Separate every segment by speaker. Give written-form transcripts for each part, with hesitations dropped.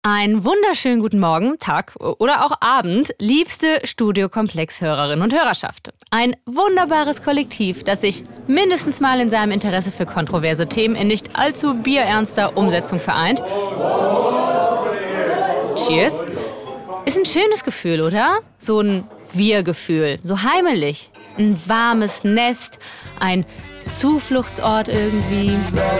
Speaker 1: Einen wunderschönen guten Morgen, Tag oder auch Abend, liebste Studio-Komplex-Hörerinnen und Hörerschaft. Ein wunderbares Kollektiv, das sich mindestens mal in seinem Interesse für kontroverse Themen in nicht allzu bierernster Umsetzung vereint. Cheers. Ist ein schönes Gefühl, oder? So ein Wir-Gefühl, so heimelig. Ein warmes Nest, ein Zufluchtsort irgendwie.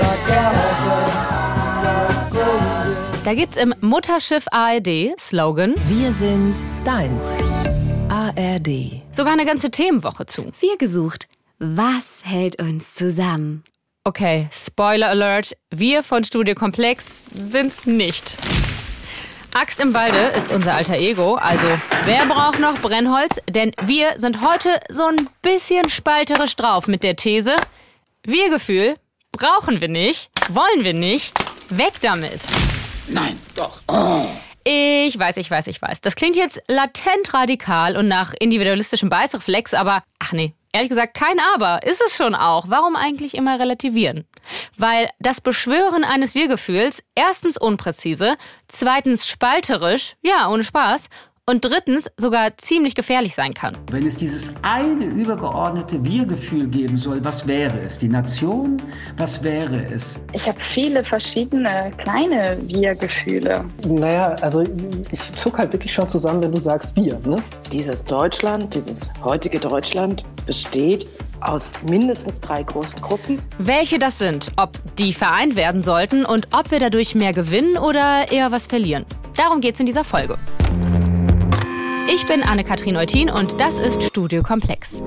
Speaker 1: Da gibt's im Mutterschiff ARD Slogan:
Speaker 2: Wir sind deins. ARD.
Speaker 1: Sogar eine ganze Themenwoche zu.
Speaker 3: Wir gesucht. Was hält uns zusammen?
Speaker 1: Okay, Spoiler Alert, wir von Studio Komplex sind's nicht. Axt im Walde ist unser alter Ego, also wer braucht noch Brennholz? Denn wir sind heute so ein bisschen spalterisch drauf mit der These: Wir-Gefühl brauchen wir nicht, wollen wir nicht, weg damit.
Speaker 4: Nein, doch. Oh.
Speaker 1: Ich weiß. Das klingt jetzt latent radikal und nach individualistischem Beißreflex, aber ach nee, ehrlich gesagt kein Aber, ist es schon auch. Warum eigentlich immer relativieren? Weil das Beschwören eines Wir-Gefühls erstens unpräzise, zweitens spalterisch, ja, ohne Spaß, und drittens sogar ziemlich gefährlich sein kann.
Speaker 5: Wenn es dieses eine übergeordnete Wir-Gefühl geben soll, was wäre es? Die Nation? Was wäre es?
Speaker 6: Ich habe viele verschiedene kleine Wir-Gefühle.
Speaker 7: Naja, also ich zuck halt wirklich schon zusammen, wenn du sagst wir, ne?
Speaker 8: Dieses Deutschland, dieses heutige Deutschland besteht aus mindestens 3 großen Gruppen.
Speaker 1: Welche das sind, ob die vereint werden sollten und ob wir dadurch mehr gewinnen oder eher was verlieren. Darum geht's in dieser Folge. Ich bin Anne-Kathrin Eutin und das ist Studio Komplex.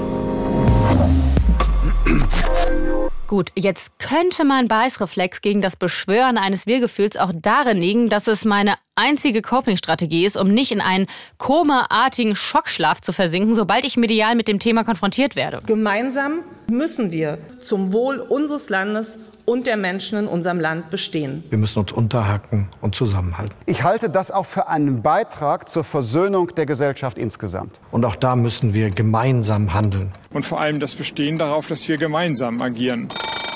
Speaker 1: Gut, jetzt könnte mein Beißreflex gegen das Beschwören eines Wir-Gefühls auch darin liegen, dass es meine einzige Coping-Strategie ist, um nicht in einen komaartigen Schockschlaf zu versinken, sobald ich medial mit dem Thema konfrontiert werde.
Speaker 9: Gemeinsam müssen wir zum Wohl unseres Landes und der Menschen in unserem Land bestehen.
Speaker 10: Wir müssen uns unterhaken und zusammenhalten.
Speaker 11: Ich halte das auch für einen Beitrag zur Versöhnung der Gesellschaft insgesamt.
Speaker 10: Und auch da müssen wir gemeinsam handeln.
Speaker 12: Und vor allem das Bestehen darauf, dass wir gemeinsam agieren.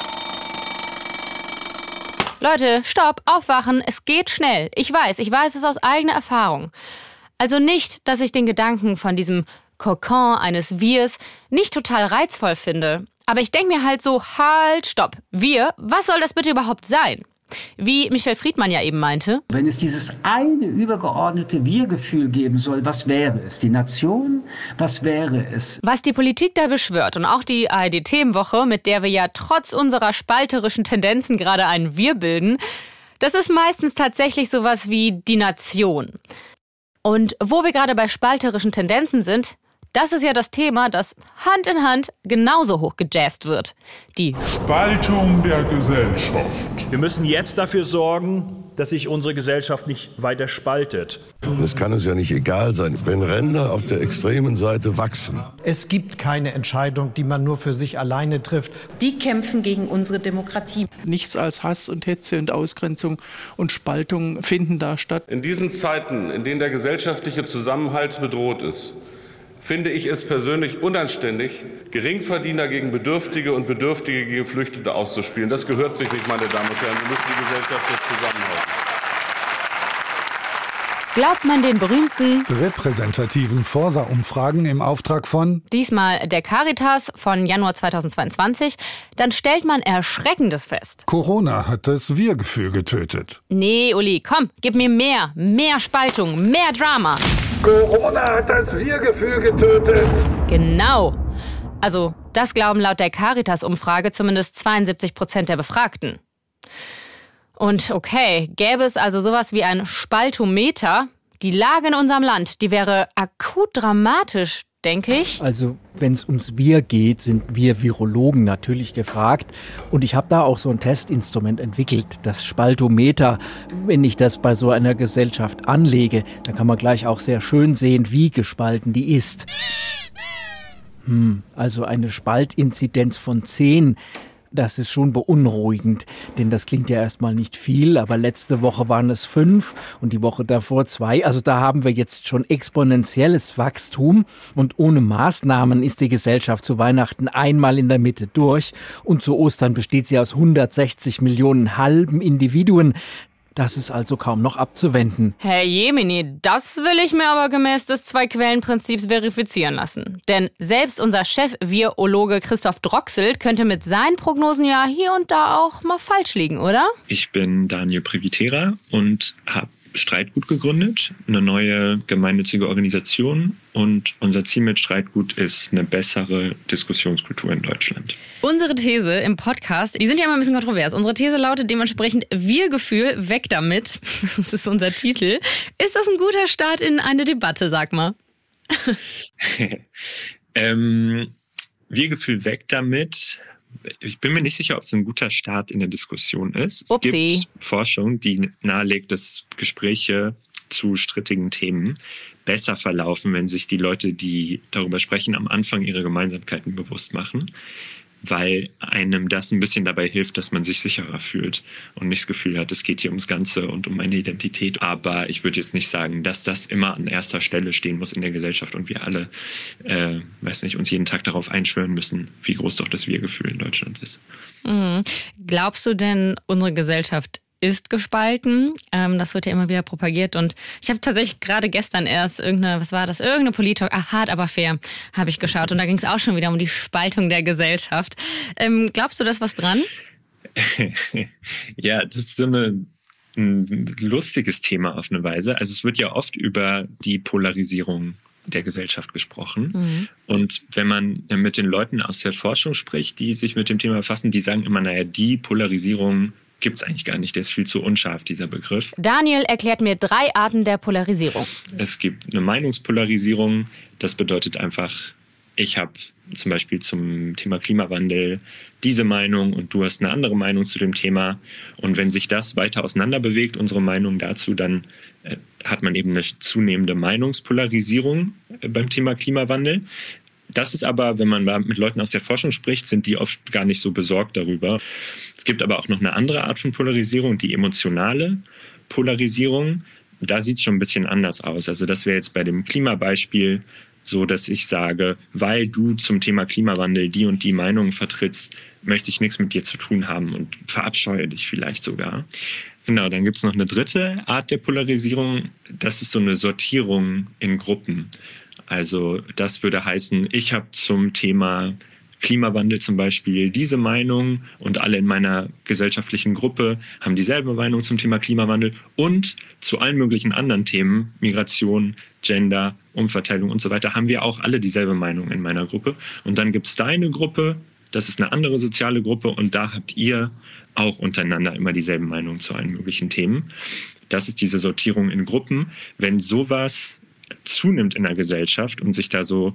Speaker 1: Leute, stopp, aufwachen, es geht schnell. Ich weiß es aus eigener Erfahrung. Also nicht, dass ich den Gedanken von diesem Kokon eines Wirs nicht total reizvoll finde. Aber ich denke mir halt so, halt, stopp. Wir, was soll das bitte überhaupt sein? Wie Michel Friedmann ja eben meinte.
Speaker 5: Wenn es dieses eine übergeordnete Wir-Gefühl geben soll, was wäre es? Die Nation? Was wäre es?
Speaker 1: Was die Politik da beschwört und auch die ARD-Themenwoche, mit der wir ja trotz unserer spalterischen Tendenzen gerade ein Wir bilden, das ist meistens tatsächlich sowas wie die Nation. Und wo wir gerade bei spalterischen Tendenzen sind, das ist ja das Thema, das Hand in Hand genauso hoch gejazzt wird. Die
Speaker 13: Spaltung der Gesellschaft.
Speaker 14: Wir müssen jetzt dafür sorgen, dass sich unsere Gesellschaft nicht weiter spaltet.
Speaker 15: Es kann uns ja nicht egal sein, wenn Ränder auf der extremen Seite wachsen.
Speaker 10: Es gibt keine Entscheidung, die man nur für sich alleine trifft.
Speaker 9: Die kämpfen gegen unsere Demokratie.
Speaker 16: Nichts als Hass und Hetze und Ausgrenzung und Spaltung finden da statt.
Speaker 17: In diesen Zeiten, in denen der gesellschaftliche Zusammenhalt bedroht ist, finde ich es persönlich unanständig, Geringverdiener gegen Bedürftige und Bedürftige gegen Geflüchtete auszuspielen. Das gehört sich nicht, meine Damen und Herren. Wir müssen die Gesellschaft jetzt zusammenhalten.
Speaker 1: Glaubt man den berühmten
Speaker 13: repräsentativen Forsa-Umfragen im Auftrag von
Speaker 1: diesmal der Caritas von Januar 2022, dann stellt man Erschreckendes fest.
Speaker 13: Corona hat das Wir-Gefühl getötet.
Speaker 1: Nee, Uli, komm, gib mir mehr Spaltung, mehr Drama.
Speaker 13: Corona hat das Wir-Gefühl getötet.
Speaker 1: Genau. Also, das glauben laut der Caritas-Umfrage zumindest 72% der Befragten. Und okay, gäbe es also sowas wie ein Spaltometer, die Lage in unserem Land, die wäre akut dramatisch, denke ich.
Speaker 18: Also wenn es ums Wir geht, sind wir Virologen natürlich gefragt. Und ich habe da auch so ein Testinstrument entwickelt, das Spaltometer. Wenn ich das bei so einer Gesellschaft anlege, dann kann man gleich auch sehr schön sehen, wie gespalten die ist. Also eine Spaltinzidenz von 10. Das ist schon beunruhigend, denn das klingt ja erstmal nicht viel, aber letzte Woche waren es 5 und die Woche davor 2. Also da haben wir jetzt schon exponentielles Wachstum und ohne Maßnahmen ist die Gesellschaft zu Weihnachten einmal in der Mitte durch und zu Ostern besteht sie aus 160 Millionen halben Individuen. Das ist also kaum noch abzuwenden.
Speaker 1: Herr Jemini, das will ich mir aber gemäß des Zwei-Quellen-Prinzips verifizieren lassen. Denn selbst unser Chef-Virologe Christoph Droxel könnte mit seinen Prognosen ja hier und da auch mal falsch liegen, oder?
Speaker 19: Ich bin Daniel Privitera und habe Streitgut gegründet, eine neue gemeinnützige Organisation, und unser Ziel mit Streitgut ist eine bessere Diskussionskultur in Deutschland.
Speaker 1: Unsere These im Podcast, die sind ja immer ein bisschen kontrovers. Unsere These lautet dementsprechend: Wir-Gefühl, weg damit. Das ist unser Titel. Ist das ein guter Start in eine Debatte, sag mal?
Speaker 19: Wir-Gefühl, weg damit. Ich bin mir nicht sicher, ob es ein guter Start in der Diskussion ist. Es gibt Forschung, die nahelegt, dass Gespräche zu strittigen Themen besser verlaufen, wenn sich die Leute, die darüber sprechen, am Anfang ihre Gemeinsamkeiten bewusst machen, weil einem das ein bisschen dabei hilft, dass man sich sicherer fühlt und nicht das Gefühl hat, es geht hier ums Ganze und um meine Identität. Aber ich würde jetzt nicht sagen, dass das immer an erster Stelle stehen muss in der Gesellschaft und wir alle, uns jeden Tag darauf einschwören müssen, wie groß doch das Wir-Gefühl in Deutschland ist.
Speaker 1: Glaubst du denn, unsere Gesellschaft ist gespalten? Das wird ja immer wieder propagiert, und ich habe tatsächlich gerade gestern erst irgendeine Polit-Talk, hart aber fair, habe ich geschaut, und da ging es auch schon wieder um die Spaltung der Gesellschaft. Glaubst du, da ist was dran?
Speaker 19: Ja, das ist so ein lustiges Thema auf eine Weise. Also es wird ja oft über die Polarisierung der Gesellschaft gesprochen. Und wenn man mit den Leuten aus der Forschung spricht, die sich mit dem Thema befassen, die sagen immer, die Polarisierung gibt es eigentlich gar nicht. Der ist viel zu unscharf, dieser Begriff.
Speaker 1: Daniel erklärt mir 3 Arten der Polarisierung.
Speaker 19: Es gibt eine Meinungspolarisierung. Das bedeutet einfach, ich habe zum Beispiel zum Thema Klimawandel diese Meinung und du hast eine andere Meinung zu dem Thema. Und wenn sich das weiter auseinander bewegt, unsere Meinung dazu, dann hat man eben eine zunehmende Meinungspolarisierung beim Thema Klimawandel. Das ist aber, wenn man mit Leuten aus der Forschung spricht, sind die oft gar nicht so besorgt darüber. Es gibt aber auch noch eine andere Art von Polarisierung, die emotionale Polarisierung. Da sieht es schon ein bisschen anders aus. Also das wäre jetzt bei dem Klimabeispiel so, dass ich sage, weil du zum Thema Klimawandel die und die Meinung vertrittst, möchte ich nichts mit dir zu tun haben und verabscheue dich vielleicht sogar. Genau, dann gibt es noch eine dritte Art der Polarisierung. Das ist so eine Sortierung in Gruppen. Also das würde heißen, ich habe zum Thema Klimawandel zum Beispiel diese Meinung und alle in meiner gesellschaftlichen Gruppe haben dieselbe Meinung zum Thema Klimawandel und zu allen möglichen anderen Themen, Migration, Gender, Umverteilung und so weiter, haben wir auch alle dieselbe Meinung in meiner Gruppe. Und dann gibt es da eine Gruppe, das ist eine andere soziale Gruppe, und da habt ihr auch untereinander immer dieselben Meinungen zu allen möglichen Themen. Das ist diese Sortierung in Gruppen. Wenn sowas zunimmt in der Gesellschaft und sich da so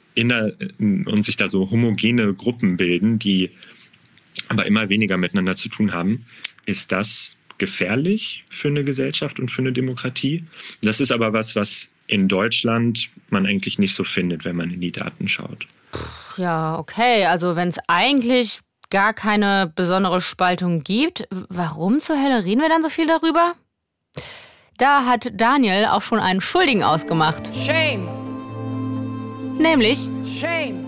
Speaker 19: homogene Gruppen bilden, die aber immer weniger miteinander zu tun haben, ist das gefährlich für eine Gesellschaft und für eine Demokratie. Das ist aber was in Deutschland man eigentlich nicht so findet, wenn man in die Daten schaut.
Speaker 1: Ja, okay. Also wenn es eigentlich gar keine besondere Spaltung gibt, warum zur Hölle reden wir dann so viel darüber? Da hat Daniel auch schon einen Schuldigen ausgemacht.
Speaker 20: Shame.
Speaker 1: Nämlich
Speaker 20: Shame.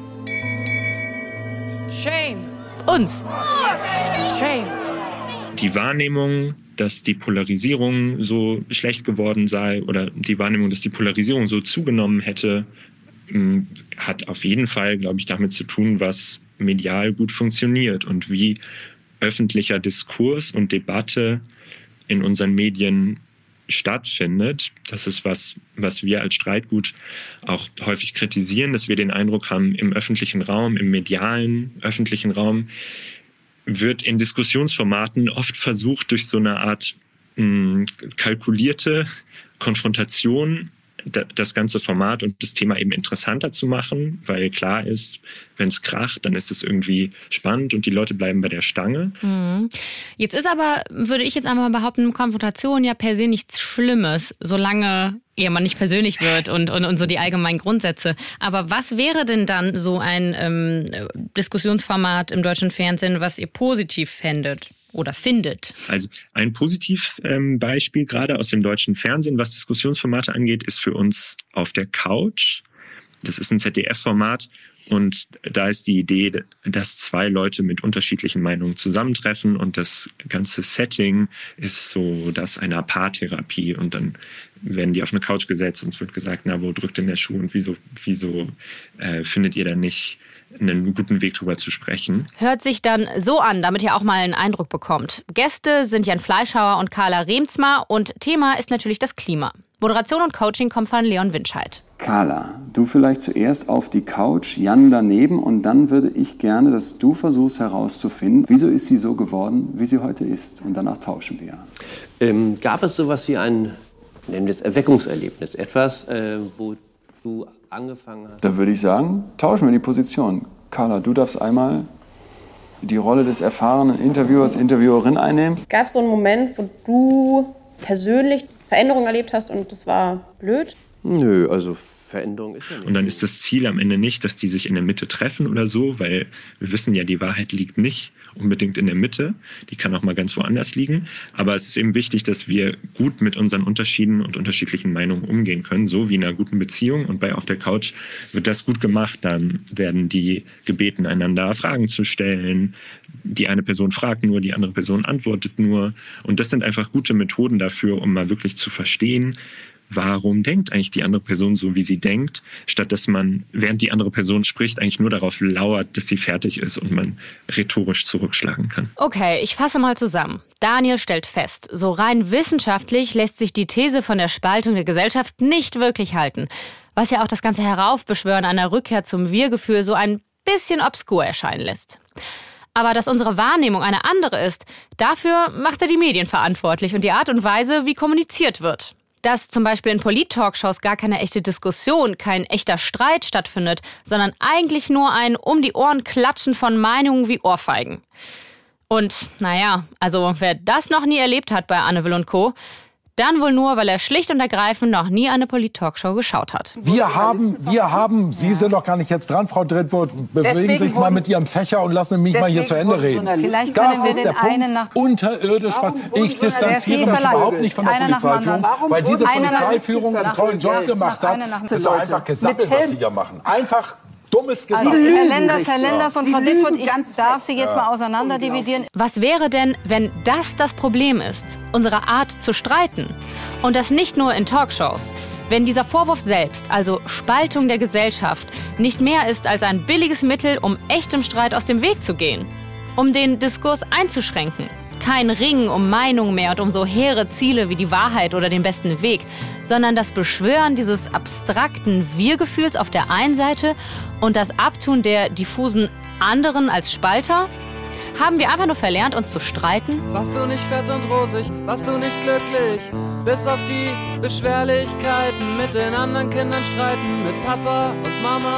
Speaker 20: Shame.
Speaker 1: Uns.
Speaker 20: Shame.
Speaker 19: Die Wahrnehmung, dass die Polarisierung so schlecht geworden sei oder die Wahrnehmung, dass die Polarisierung so zugenommen hätte, hat auf jeden Fall, glaube ich, damit zu tun, was medial gut funktioniert und wie öffentlicher Diskurs und Debatte in unseren Medien stattfindet. Das ist was wir als Streitgut auch häufig kritisieren, dass wir den Eindruck haben, im öffentlichen Raum, im medialen öffentlichen Raum wird in Diskussionsformaten oft versucht, durch so eine Art kalkulierte Konfrontation das ganze Format und das Thema eben interessanter zu machen, weil klar ist, wenn es kracht, dann ist es irgendwie spannend und die Leute bleiben bei der Stange.
Speaker 1: Jetzt ist aber, würde ich jetzt einmal behaupten, Konfrontation ja per se nichts Schlimmes, solange man nicht persönlich wird und so die allgemeinen Grundsätze. Aber was wäre denn dann so ein Diskussionsformat im deutschen Fernsehen, was ihr positiv fändet? Oder findet?
Speaker 19: Also ein Positivbeispiel gerade aus dem deutschen Fernsehen, was Diskussionsformate angeht, ist für uns Auf der Couch. Das ist ein ZDF-Format Und da ist die Idee, dass zwei Leute mit unterschiedlichen Meinungen zusammentreffen und das ganze Setting ist so das einer Paartherapie und dann werden die auf eine Couch gesetzt und es wird gesagt, na, wo drückt denn der Schuh und wieso findet ihr da nicht einen guten Weg drüber zu sprechen?
Speaker 1: Hört sich dann so an, damit ihr auch mal einen Eindruck bekommt. Gäste sind Jan Fleischhauer und Carla Remzma und Thema ist natürlich das Klima. Moderation und Coaching kommt von Leon Winscheid.
Speaker 21: Carla, du vielleicht zuerst auf die Couch, Jan daneben und dann würde ich gerne, dass du versuchst herauszufinden, wieso ist sie so geworden, wie sie heute ist und danach tauschen wir.
Speaker 22: Gab es sowas wie ein, nennen wir es Erweckungserlebnis, etwas, wo du angefangen hast?
Speaker 21: Da würde ich sagen, tauschen wir die Position. Carla, du darfst einmal die Rolle des erfahrenen Interviewers, Interviewerin einnehmen.
Speaker 23: Gab es so einen Moment, wo du persönlich Veränderungen erlebt hast und das war blöd?
Speaker 22: Nö, also Veränderung ist ja nicht.
Speaker 19: Und dann ist das Ziel am Ende nicht, dass die sich in der Mitte treffen oder so, weil wir wissen ja, die Wahrheit liegt nicht unbedingt in der Mitte. Die kann auch mal ganz woanders liegen. Aber es ist eben wichtig, dass wir gut mit unseren Unterschieden und unterschiedlichen Meinungen umgehen können, so wie in einer guten Beziehung. Und bei Auf der Couch wird das gut gemacht. Dann werden die gebeten, einander Fragen zu stellen. Die eine Person fragt nur, die andere Person antwortet nur. Und das sind einfach gute Methoden dafür, um mal wirklich zu verstehen, warum denkt eigentlich die andere Person so, wie sie denkt, statt dass man, während die andere Person spricht, eigentlich nur darauf lauert, dass sie fertig ist und man rhetorisch zurückschlagen kann.
Speaker 1: Okay, ich fasse mal zusammen. Daniel stellt fest, so rein wissenschaftlich lässt sich die These von der Spaltung der Gesellschaft nicht wirklich halten. Was ja auch das ganze Heraufbeschwören einer Rückkehr zum Wir-Gefühl so ein bisschen obskur erscheinen lässt. Aber dass unsere Wahrnehmung eine andere ist, dafür macht er die Medien verantwortlich und die Art und Weise, wie kommuniziert wird. Dass zum Beispiel in Polit-Talkshows gar keine echte Diskussion, kein echter Streit stattfindet, sondern eigentlich nur ein um die Ohren klatschen von Meinungen wie Ohrfeigen. Und naja, also wer das noch nie erlebt hat bei Anne Will und Co., dann wohl nur, weil er schlicht und ergreifend noch nie eine Polit-Talkshow geschaut hat.
Speaker 24: Wir haben, Sie sind doch gar nicht jetzt dran, Frau Drittwohl, bewegen sich mal mit Ihrem Fächer und lassen mich mal hier zu Ende reden.
Speaker 25: Vielleicht
Speaker 24: das ist der Punkt, unterirdisch. Ich distanziere mich überhaupt nicht von der Polizeiführung, weil diese Polizeiführung einen tollen Job gemacht hat. Das ist doch einfach Gesappel, was Sie hier machen. Einfach dummes Gesappel.
Speaker 25: Herr Lenders und Frau Dittfurt, ich darf Sie jetzt mal auseinander dividieren.
Speaker 1: Was wäre denn, wenn das Problem ist, unsere Art zu streiten? Und das nicht nur in Talkshows. Wenn dieser Vorwurf selbst, also Spaltung der Gesellschaft, nicht mehr ist als ein billiges Mittel, um echtem Streit aus dem Weg zu gehen. Um den Diskurs einzuschränken. Kein Ringen um Meinung mehr und um so hehre Ziele wie die Wahrheit oder den besten Weg, sondern das Beschwören dieses abstrakten Wir-Gefühls auf der einen Seite und das Abtun der diffusen anderen als Spalter? Haben wir einfach nur verlernt, uns zu streiten?
Speaker 26: Warst du nicht fett und rosig, warst du nicht glücklich, bis auf die Beschwerlichkeiten mit den anderen Kindern streiten, mit Papa und Mama?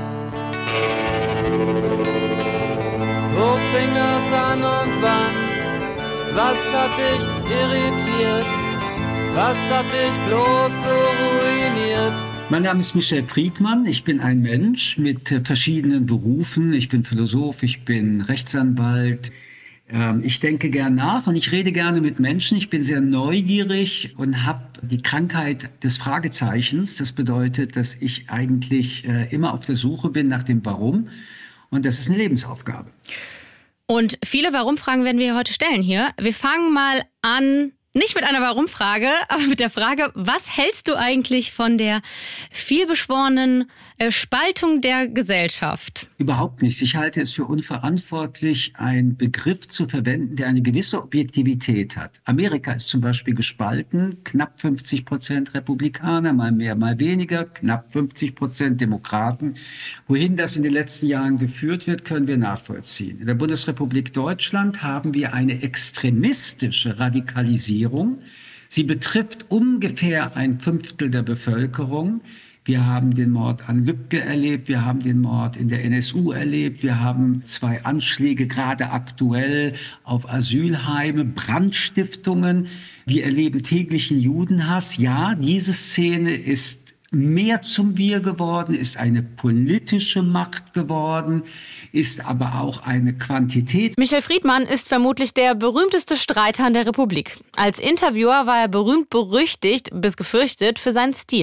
Speaker 26: Wo fing das an und wann? Was hat dich irritiert? Was hat dich bloß so ruiniert?
Speaker 5: Mein Name ist Michel Friedmann. Ich bin ein Mensch mit verschiedenen Berufen. Ich bin Philosoph, ich bin Rechtsanwalt. Ich denke gern nach und ich rede gerne mit Menschen. Ich bin sehr neugierig und habe die Krankheit des Fragezeichens. Das bedeutet, dass ich eigentlich immer auf der Suche bin nach dem Warum. Und das ist eine Lebensaufgabe.
Speaker 1: Und viele Warum-Fragen werden wir heute stellen hier. Wir fangen mal an, nicht mit einer Warum-Frage, aber mit der Frage, was hältst du eigentlich von der vielbeschworenen Spaltung der Gesellschaft? Überhaupt nichts. Ich halte es für unverantwortlich, einen Begriff zu verwenden, der eine gewisse Objektivität hat. Amerika ist zum Beispiel gespalten, knapp 50% Republikaner, mal mehr, mal weniger, knapp 50% Demokraten. Wohin das in den letzten Jahren geführt wird, können wir nachvollziehen. In der Bundesrepublik Deutschland haben wir eine extremistische Radikalisierung. Sie betrifft ungefähr 1/5 der Bevölkerung. Wir haben den Mord an Lübcke erlebt, wir haben den Mord in der NSU erlebt, wir haben 2 Anschläge gerade aktuell auf Asylheime, Brandstiftungen. Wir erleben täglichen Judenhass. Ja, diese Szene ist mehr zum Wir geworden, ist eine politische Macht geworden, ist aber auch eine Quantität. Michel Friedmann ist vermutlich der berühmteste Streiter in der Republik. Als Interviewer war er berühmt berüchtigt bis gefürchtet für seinen Stil.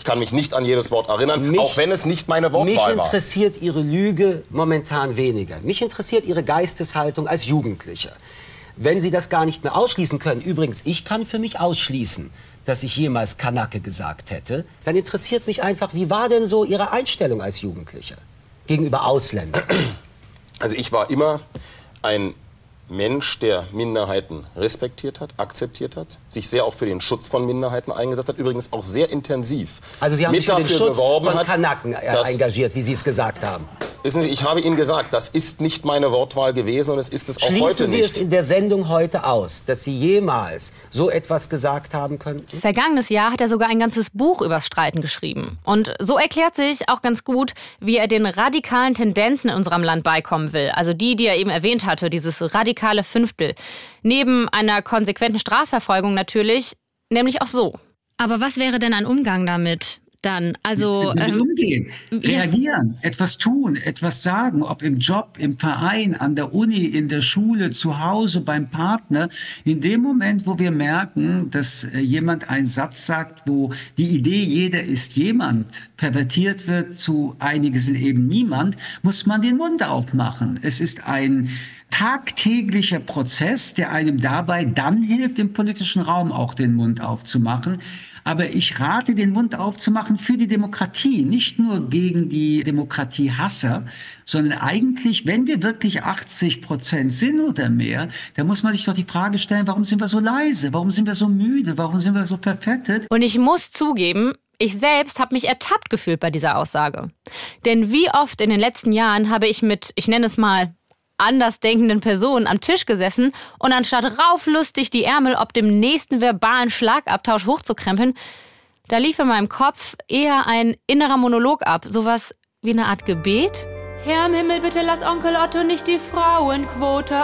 Speaker 2: Ich kann mich nicht an jedes Wort erinnern, auch wenn es nicht meine Wortwahl war.
Speaker 3: Mich interessiert Ihre Lüge momentan weniger. Mich interessiert Ihre Geisteshaltung als Jugendliche. Wenn Sie das gar nicht mehr ausschließen können, übrigens, ich kann für mich ausschließen, dass ich jemals Kanake gesagt hätte, dann interessiert mich einfach, wie war denn so Ihre Einstellung als Jugendliche gegenüber Ausländern?
Speaker 2: Also ich war immer ein Mensch, der Minderheiten respektiert hat, akzeptiert hat, sich sehr auch für den Schutz von Minderheiten eingesetzt hat, übrigens auch sehr intensiv.
Speaker 3: Also Sie haben sich für den Schutz von Kanaken engagiert, wie Sie es gesagt haben.
Speaker 2: Wissen Sie, ich habe Ihnen gesagt, das ist nicht meine Wortwahl gewesen und es ist es auch heute nicht.
Speaker 3: Schließen Sie es in der Sendung heute aus, dass Sie jemals so etwas gesagt haben könnten?
Speaker 1: Vergangenes Jahr hat er sogar ein ganzes Buch übers Streiten geschrieben. Und so erklärt sich auch ganz gut, wie er den radikalen Tendenzen in unserem Land beikommen will. Also die er eben erwähnt hatte, dieses radikale Fünftel. Neben einer konsequenten Strafverfolgung natürlich, nämlich auch so. Aber was wäre denn ein Umgang damit? Dann, also
Speaker 5: umgehen, reagieren, etwas tun, etwas sagen, ob im Job, im Verein, an der Uni, in der Schule, zu Hause, beim Partner. In dem Moment, wo wir merken, dass jemand einen Satz sagt, wo die Idee jeder ist jemand pervertiert wird zu einige sind eben niemand, muss man den Mund aufmachen. Es ist ein tagtäglicher Prozess, der einem dabei dann hilft, im politischen Raum auch den Mund aufzumachen. Aber ich rate, den Mund aufzumachen für die Demokratie, nicht nur gegen die Demokratiehasser, sondern eigentlich, wenn wir wirklich 80% sind oder mehr, dann muss man sich doch die Frage stellen, warum sind wir so leise, warum sind wir so müde, warum sind wir so verfettet?
Speaker 1: Und ich muss zugeben, ich selbst habe mich ertappt gefühlt bei dieser Aussage. Denn wie oft in den letzten Jahren habe ich mit, ich nenne es mal, andersdenkenden Personen am Tisch gesessen und anstatt rauflustig die Ärmel ob dem nächsten verbalen Schlagabtausch hochzukrempeln, da lief in meinem Kopf eher ein innerer Monolog ab, sowas wie eine Art Gebet. Herr im Himmel, bitte lass Onkel Otto nicht die Frauenquote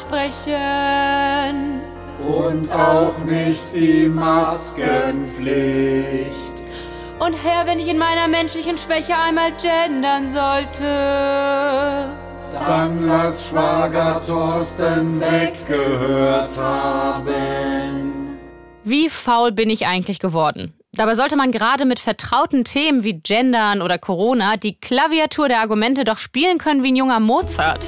Speaker 1: ansprechen.
Speaker 4: Und auch nicht die Maskenpflicht.
Speaker 1: Und Herr, wenn ich in meiner menschlichen Schwäche einmal gendern sollte,
Speaker 4: dann lass Schwager Thorsten weggehört haben.
Speaker 1: Wie faul bin ich eigentlich geworden? Dabei sollte man gerade mit vertrauten Themen wie Gendern oder Corona die Klaviatur der Argumente doch spielen können wie ein junger Mozart.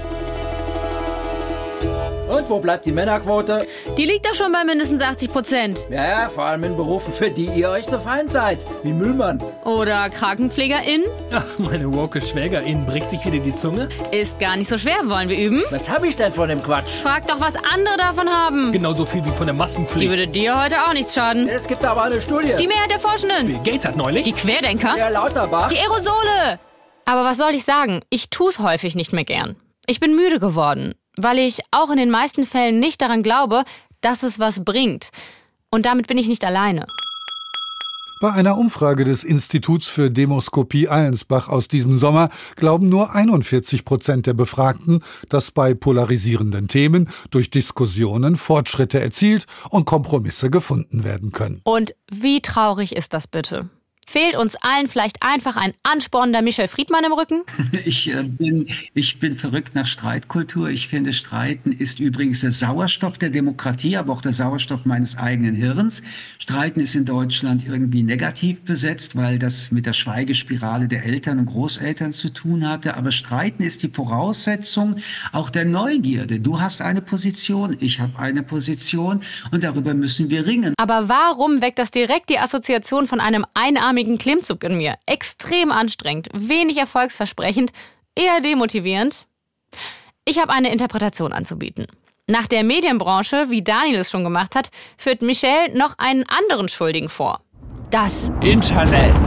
Speaker 18: Und wo bleibt die Männerquote?
Speaker 1: Die liegt doch schon bei mindestens 80%.
Speaker 18: Ja, vor allem in Berufen, für die ihr euch zu fein seid. Wie Müllmann.
Speaker 1: Oder KrankenpflegerInnen.
Speaker 6: Ach, meine woke SchwägerInnen bricht sich wieder die Zunge.
Speaker 1: Ist gar nicht so schwer, wollen wir üben?
Speaker 18: Was habe ich denn von dem Quatsch?
Speaker 1: Frag doch, was andere davon haben.
Speaker 6: Genauso viel wie von der Maskenpflicht.
Speaker 1: Die würde dir heute auch nichts schaden.
Speaker 18: Es gibt aber eine Studie.
Speaker 1: Die Mehrheit der Forschenden.
Speaker 6: Bill Gates hat neulich.
Speaker 1: Die Querdenker.
Speaker 18: Der Lauterbach.
Speaker 1: Die Aerosole. Aber was soll ich sagen? Ich tu's häufig nicht mehr gern. Ich bin müde geworden, weil ich auch in den meisten Fällen nicht daran glaube, dass es was bringt. Und damit bin ich nicht alleine.
Speaker 13: Bei einer Umfrage des Instituts für Demoskopie Allensbach aus diesem Sommer glauben nur 41% der Befragten, dass bei polarisierenden Themen durch Diskussionen Fortschritte erzielt und Kompromisse gefunden werden können.
Speaker 1: Und wie traurig ist das bitte? Fehlt uns allen vielleicht einfach ein anspornender Michel Friedmann im Rücken?
Speaker 5: Ich bin verrückt nach Streitkultur. Ich finde, Streiten ist übrigens der Sauerstoff der Demokratie, aber auch der Sauerstoff meines eigenen Hirns. Streiten ist in Deutschland irgendwie negativ besetzt, weil das mit der Schweigespirale der Eltern und Großeltern zu tun hatte. Aber Streiten ist die Voraussetzung auch der Neugierde. Du hast eine Position, ich habe eine Position und darüber müssen wir ringen.
Speaker 1: Aber warum weckt das direkt die Assoziation von einem einarmigen Klimmzug in mir? Extrem anstrengend, wenig erfolgsversprechend, eher demotivierend. Ich habe eine Interpretation anzubieten. Nach der Medienbranche, wie Daniel es schon gemacht hat, führt Michel noch einen anderen Schuldigen vor. Das Internet.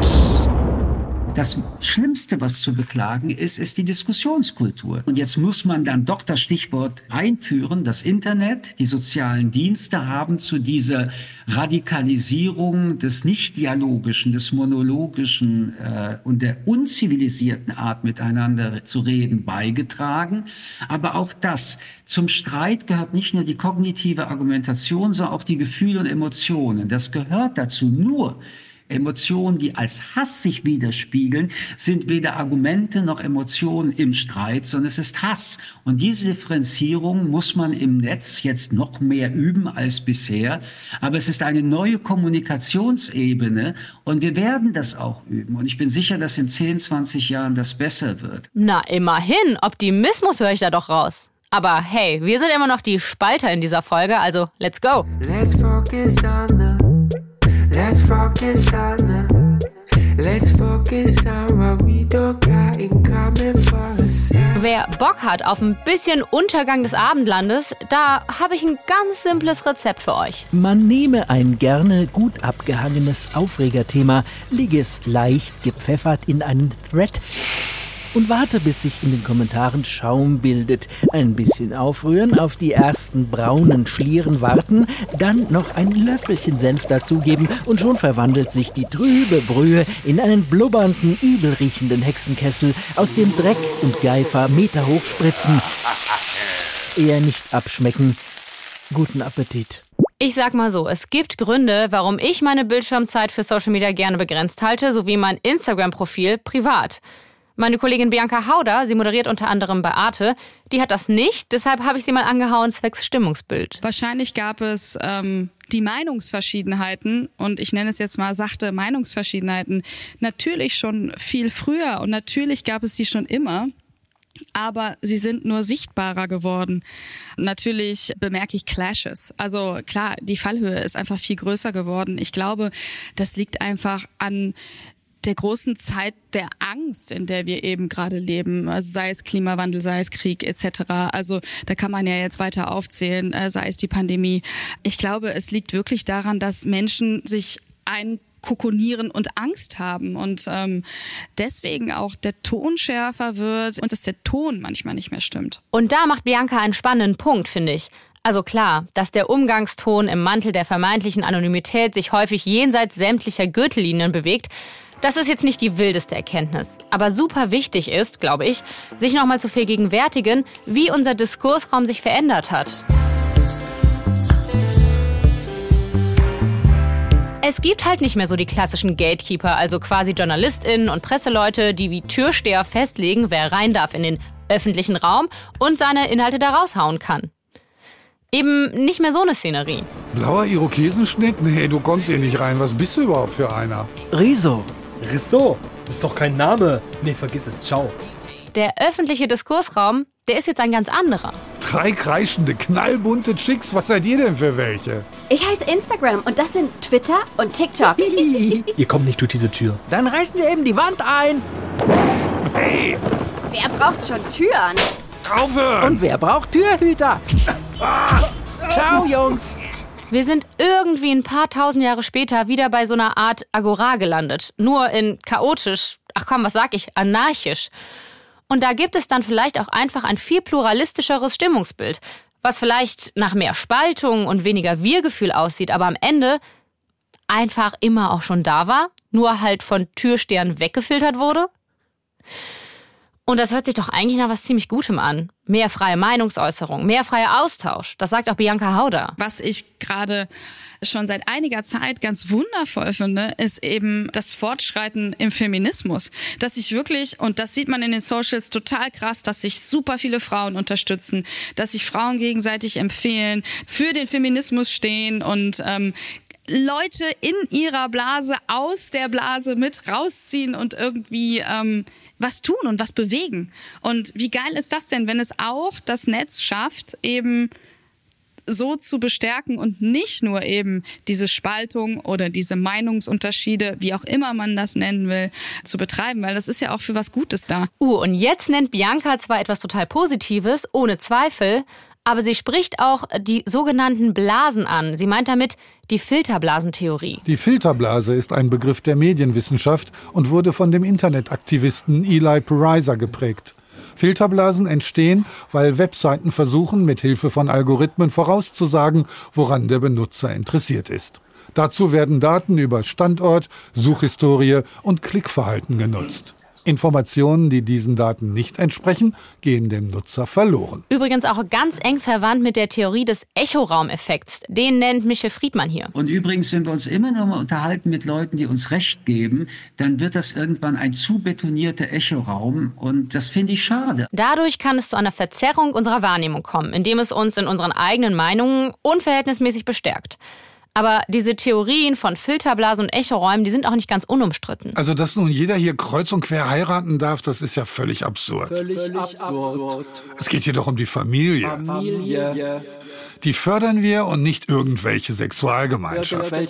Speaker 5: Das Schlimmste, was zu beklagen ist die Diskussionskultur. Und jetzt muss man dann doch das Stichwort einführen. Das Internet, die sozialen Dienste haben zu dieser Radikalisierung des Nicht-Dialogischen, des Monologischen und der unzivilisierten Art, miteinander zu reden, beigetragen. Aber auch das, zum Streit gehört nicht nur die kognitive Argumentation, sondern auch die Gefühle und Emotionen. Das gehört dazu. Nur Emotionen, die als Hass sich widerspiegeln, sind weder Argumente noch Emotionen im Streit, sondern es ist Hass. Und diese Differenzierung muss man im Netz jetzt noch mehr üben als bisher. Aber es ist eine neue Kommunikationsebene und wir werden das auch üben. Und ich bin sicher, dass in 10, 20 Jahren das besser wird.
Speaker 1: Na, immerhin. Optimismus höre ich da doch raus. Aber hey, wir sind immer noch die Spalter in dieser Folge, also let's go.
Speaker 7: Let's focus on let's focus on let's focus on what we don't got in common for us.
Speaker 1: Wer Bock hat auf ein bisschen Untergang des Abendlandes, da habe ich ein ganz simples Rezept für euch.
Speaker 18: Man nehme ein gerne gut abgehangenes Aufregerthema, lege es leicht gepfeffert in einen Thread und warte, bis sich in den Kommentaren Schaum bildet. Ein bisschen aufrühren, auf die ersten braunen Schlieren warten, dann noch ein Löffelchen Senf dazugeben und schon verwandelt sich die trübe Brühe in einen blubbernden, übelriechenden Hexenkessel, aus dem Dreck und Geifer meterhoch spritzen. Eher nicht abschmecken. Guten Appetit.
Speaker 1: Ich sag mal so, es gibt Gründe, warum ich meine Bildschirmzeit für Social Media gerne begrenzt halte, sowie mein Instagram-Profil privat. Meine Kollegin Bianca Hauder, sie moderiert unter anderem bei Arte, die hat das nicht, deshalb habe ich sie mal angehauen zwecks Stimmungsbild.
Speaker 8: Wahrscheinlich gab es die Meinungsverschiedenheiten, und ich nenne es jetzt mal sachte Meinungsverschiedenheiten, natürlich schon viel früher und natürlich gab es die schon immer. Aber sie sind nur sichtbarer geworden. Natürlich bemerke ich Clashes. Also klar, die Fallhöhe ist einfach viel größer geworden. Ich glaube, das liegt einfach an der großen Zeit der Angst, in der wir eben gerade leben, also sei es Klimawandel, sei es Krieg etc. Also da kann man ja jetzt weiter aufzählen, sei es die Pandemie. Ich glaube, es liegt wirklich daran, dass Menschen sich einkokonieren und Angst haben und deswegen auch der Ton schärfer wird und dass der Ton manchmal nicht mehr stimmt.
Speaker 1: Und da macht Bianca einen spannenden Punkt, finde ich. Also klar, dass der Umgangston im Mantel der vermeintlichen Anonymität sich häufig jenseits sämtlicher Gürtellinien bewegt, das ist jetzt nicht die wildeste Erkenntnis. Aber super wichtig ist, glaube ich, sich nochmal zu vergegenwärtigen, wie unser Diskursraum sich verändert hat. Es gibt halt nicht mehr so die klassischen Gatekeeper, also quasi JournalistInnen und Presseleute, die wie Türsteher festlegen, wer rein darf in den öffentlichen Raum und seine Inhalte da raushauen kann. Eben nicht mehr so eine Szenerie.
Speaker 13: Blauer Irokesenschnitt? Nee, du kommst hier nicht rein. Was bist du überhaupt für einer?
Speaker 6: Riso. Riso? Das ist doch kein Name. Nee, vergiss es. Ciao.
Speaker 1: Der öffentliche Diskursraum, der ist jetzt ein ganz anderer.
Speaker 13: 3 kreischende, knallbunte Chicks. Was seid ihr denn für welche?
Speaker 11: Ich heiße Instagram und das sind Twitter und TikTok.
Speaker 6: Ihr kommt nicht durch diese Tür.
Speaker 18: Dann reißen wir eben die Wand ein.
Speaker 13: Hey!
Speaker 11: Wer braucht schon Türen?
Speaker 13: Aufhören!
Speaker 18: Und wer braucht Türhüter? Ciao, Jungs.
Speaker 1: Wir sind irgendwie ein paar tausend Jahre später wieder bei so einer Art Agora gelandet. Nur in chaotisch, anarchisch. Und da gibt es dann vielleicht auch einfach ein viel pluralistischeres Stimmungsbild, was vielleicht nach mehr Spaltung und weniger Wir-Gefühl aussieht, aber am Ende einfach immer auch schon da war, nur halt von Türstehern weggefiltert wurde. Und das hört sich doch eigentlich nach was ziemlich Gutem an. Mehr freie Meinungsäußerung, mehr freier Austausch. Das sagt auch Bianca Hauder.
Speaker 8: Was ich gerade schon seit einiger Zeit ganz wundervoll finde, ist eben das Fortschreiten im Feminismus. Dass sich wirklich, und das sieht man in den Socials total krass, dass sich super viele Frauen unterstützen, dass sich Frauen gegenseitig empfehlen, für den Feminismus stehen und Leute in ihrer Blase, aus der Blase mit rausziehen und irgendwie was tun und was bewegen. Und wie geil ist das denn, wenn es auch das Netz schafft, eben so zu bestärken und nicht nur eben diese Spaltung oder diese Meinungsunterschiede, wie auch immer man das nennen will, zu betreiben, weil das ist ja auch für was Gutes da.
Speaker 1: Und jetzt nennt Bianca zwar etwas total Positives, ohne Zweifel, aber sie spricht auch die sogenannten Blasen an. Sie meint damit die Filterblasentheorie.
Speaker 13: Die Filterblase ist ein Begriff der Medienwissenschaft und wurde von dem Internetaktivisten Eli Pariser geprägt. Filterblasen entstehen, weil Webseiten versuchen, mit Hilfe von Algorithmen vorauszusagen, woran der Benutzer interessiert ist. Dazu werden Daten über Standort, Suchhistorie und Klickverhalten genutzt. Informationen, die diesen Daten nicht entsprechen, gehen dem Nutzer verloren.
Speaker 1: Übrigens auch ganz eng verwandt mit der Theorie des Echoraumeffekts. Den nennt Michel Friedmann hier.
Speaker 5: Und übrigens, wenn wir uns immer noch mal unterhalten mit Leuten, die uns Recht geben, dann wird das irgendwann ein zu betonierter Echoraum. Und das finde ich schade.
Speaker 1: Dadurch kann es zu einer Verzerrung unserer Wahrnehmung kommen, indem es uns in unseren eigenen Meinungen unverhältnismäßig bestärkt. Aber diese Theorien von Filterblasen und Echoräumen, die sind auch nicht ganz unumstritten.
Speaker 13: Also, dass nun jeder hier kreuz und quer heiraten darf, das ist ja völlig absurd.
Speaker 18: Völlig absurd.
Speaker 13: Es geht hier doch um die Familie. Die fördern wir und nicht irgendwelche Sexualgemeinschaften.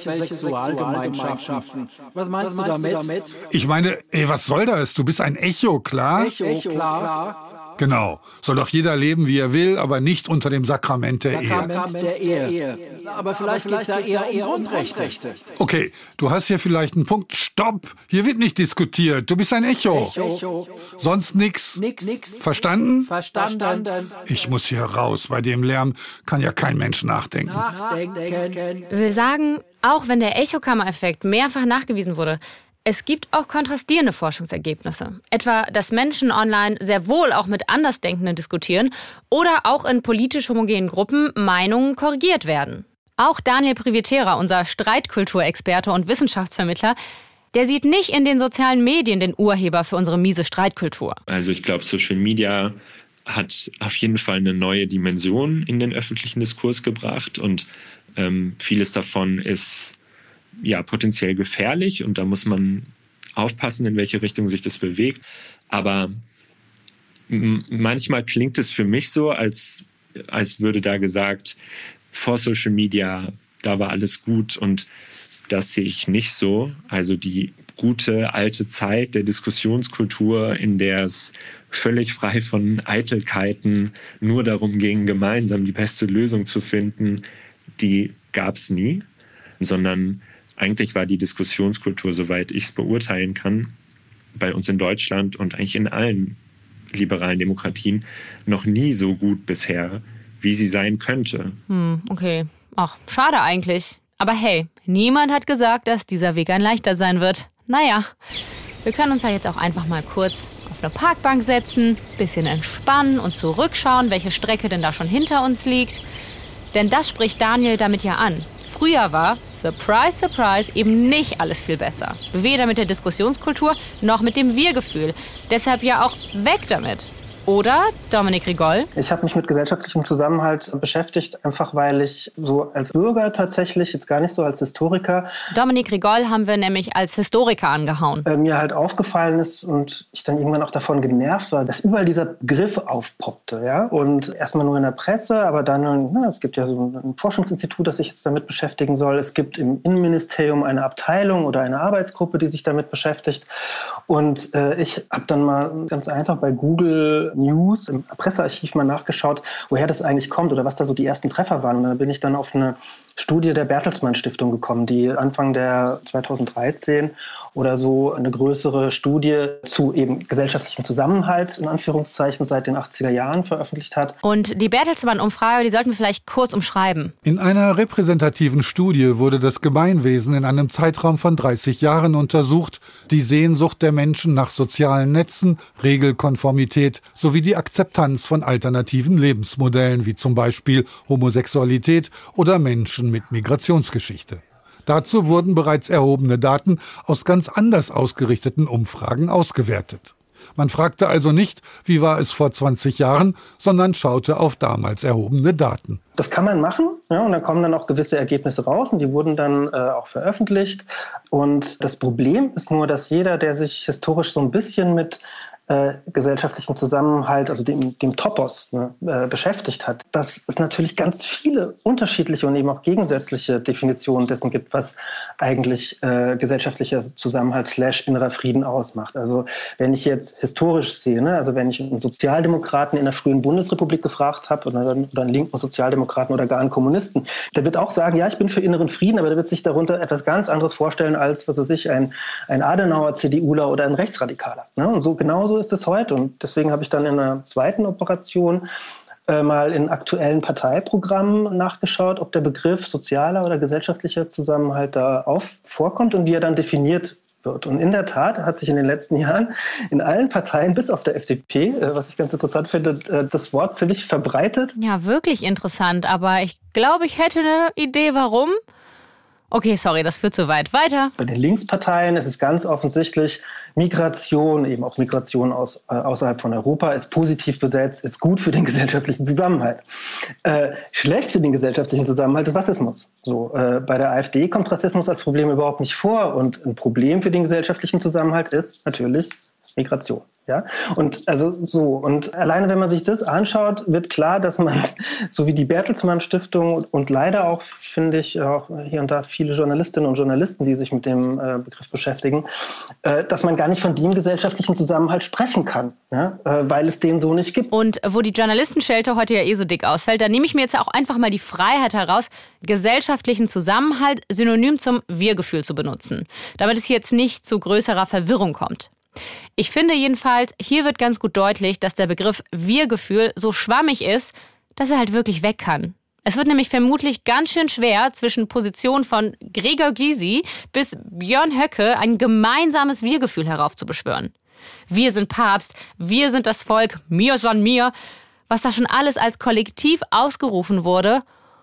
Speaker 18: Was meinst du damit?
Speaker 13: Ich meine, was soll das? Du bist ein Echo, klar?
Speaker 18: Echo, klar.
Speaker 13: Genau. Soll doch jeder leben, wie er will, aber nicht unter dem Sakrament der
Speaker 18: Ehe. Aber vielleicht geht es ja eher um Grundrechte.
Speaker 13: Okay, du hast hier vielleicht einen Punkt. Stopp! Hier wird nicht diskutiert. Du bist ein Echo. Sonst nix? Verstanden?
Speaker 18: Verstanden.
Speaker 13: Ich muss hier raus. Bei dem Lärm kann ja kein Mensch nachdenken.
Speaker 1: Will sagen, auch wenn der Echokammereffekt mehrfach nachgewiesen wurde, es gibt auch kontrastierende Forschungsergebnisse. Etwa, dass Menschen online sehr wohl auch mit Andersdenkenden diskutieren oder auch in politisch homogenen Gruppen Meinungen korrigiert werden. Auch Daniel Privitera, unser Streitkulturexperte und Wissenschaftsvermittler, der sieht nicht in den sozialen Medien den Urheber für unsere miese Streitkultur.
Speaker 19: Also ich glaube, Social Media hat auf jeden Fall eine neue Dimension in den öffentlichen Diskurs gebracht und vieles davon ist ja potenziell gefährlich und da muss man aufpassen, in welche Richtung sich das bewegt. Aber manchmal klingt es für mich so, als würde da gesagt, vor Social Media, da war alles gut und das sehe ich nicht so. Also die gute alte Zeit der Diskussionskultur, in der es völlig frei von Eitelkeiten nur darum ging, gemeinsam die beste Lösung zu finden, die gab es nie, sondern eigentlich war die Diskussionskultur, soweit ich es beurteilen kann, bei uns in Deutschland und eigentlich in allen liberalen Demokratien noch nie so gut bisher, wie sie sein könnte.
Speaker 1: Okay. Ach, schade eigentlich. Aber hey, niemand hat gesagt, dass dieser Weg ein leichter sein wird. Naja, wir können uns ja jetzt auch einfach mal kurz auf eine Parkbank setzen, bisschen entspannen und zurückschauen, welche Strecke denn da schon hinter uns liegt. Denn das spricht Daniel damit ja an. Früher war, surprise, surprise, eben nicht alles viel besser. Weder mit der Diskussionskultur noch mit dem Wir-Gefühl. Deshalb ja auch weg damit. Oder, Dominik Rigoll?
Speaker 9: Ich habe mich mit gesellschaftlichem Zusammenhalt beschäftigt, einfach weil ich so als Bürger tatsächlich, jetzt gar nicht so als Historiker.
Speaker 1: Dominik Rigoll haben wir nämlich als Historiker angehauen.
Speaker 9: Mir halt aufgefallen ist und ich dann irgendwann auch davon genervt war, dass überall dieser Begriff aufpoppte. Ja? Und erstmal nur in der Presse, aber dann, es gibt ja so ein Forschungsinstitut, das sich jetzt damit beschäftigen soll. Es gibt im Innenministerium eine Abteilung oder eine Arbeitsgruppe, die sich damit beschäftigt. Und ich habe dann mal ganz einfach bei Google News im Pressearchiv mal nachgeschaut, woher das eigentlich kommt oder was da so die ersten Treffer waren. Und da bin ich dann auf eine Studie der Bertelsmann Stiftung gekommen, die Anfang der 2013 oder so eine größere Studie zu eben gesellschaftlichem Zusammenhalt in Anführungszeichen seit den 80er Jahren veröffentlicht hat.
Speaker 1: Und die Bertelsmann-Umfrage, die sollten wir vielleicht kurz umschreiben.
Speaker 13: In einer repräsentativen Studie wurde das Gemeinwesen in einem Zeitraum von 30 Jahren untersucht, die Sehnsucht der Menschen nach sozialen Netzen, Regelkonformität sowie die Akzeptanz von alternativen Lebensmodellen wie zum Beispiel Homosexualität oder Menschen mit Migrationsgeschichte. Dazu wurden bereits erhobene Daten aus ganz anders ausgerichteten Umfragen ausgewertet. Man fragte also nicht, wie war es vor 20 Jahren, sondern schaute auf damals erhobene Daten.
Speaker 9: Das kann man machen, ja, und da kommen dann auch gewisse Ergebnisse raus und die wurden dann auch veröffentlicht. Und das Problem ist nur, dass jeder, der sich historisch so ein bisschen mit gesellschaftlichen Zusammenhalt, also dem Topos beschäftigt hat, dass es natürlich ganz viele unterschiedliche und eben auch gegensätzliche Definitionen dessen gibt, was eigentlich gesellschaftlicher Zusammenhalt / innerer Frieden ausmacht. Also wenn ich jetzt historisch sehe, also wenn ich einen Sozialdemokraten in der frühen Bundesrepublik gefragt habe oder einen linken Sozialdemokraten oder gar einen Kommunisten, der wird auch sagen, ja, ich bin für inneren Frieden, aber der wird sich darunter etwas ganz anderes vorstellen als, was weiß ich, ein Adenauer, CDUler oder ein Rechtsradikaler. Und so genauso ist es heute. Und deswegen habe ich dann in einer zweiten Operation mal in aktuellen Parteiprogrammen nachgeschaut, ob der Begriff sozialer oder gesellschaftlicher Zusammenhalt da vorkommt und wie er dann definiert wird. Und in der Tat hat sich in den letzten Jahren in allen Parteien, bis auf der FDP, was ich ganz interessant finde, das Wort ziemlich verbreitet.
Speaker 1: Ja, wirklich interessant. Aber ich glaube, ich hätte eine Idee, warum. Okay, sorry, das führt zu weit. Weiter.
Speaker 9: Bei den Linksparteien ist es ganz offensichtlich, Migration, eben auch Migration außerhalb von Europa, ist positiv besetzt, ist gut für den gesellschaftlichen Zusammenhalt. Schlecht für den gesellschaftlichen Zusammenhalt ist Rassismus. So, bei der AfD kommt Rassismus als Problem überhaupt nicht vor. Und ein Problem für den gesellschaftlichen Zusammenhalt ist natürlich Migration. Ja? Und alleine, wenn man sich das anschaut, wird klar, dass man, so wie die Bertelsmann Stiftung und leider auch, finde ich, auch hier und da viele Journalistinnen und Journalisten, die sich mit dem Begriff beschäftigen, dass man gar nicht von dem gesellschaftlichen Zusammenhalt sprechen kann, ja? Weil es den so nicht gibt.
Speaker 1: Und wo die Journalistenschelte heute ja so dick ausfällt, da nehme ich mir jetzt auch einfach mal die Freiheit heraus, gesellschaftlichen Zusammenhalt synonym zum Wir-Gefühl zu benutzen, damit es jetzt nicht zu größerer Verwirrung kommt. Ich finde jedenfalls, hier wird ganz gut deutlich, dass der Begriff Wir-Gefühl so schwammig ist, dass er halt wirklich weg kann. Es wird nämlich vermutlich ganz schön schwer, zwischen Position von Gregor Gysi bis Björn Höcke ein gemeinsames Wir-Gefühl heraufzubeschwören. Wir sind Papst, wir sind das Volk, mir son mir. Was da schon alles als Kollektiv ausgerufen wurde,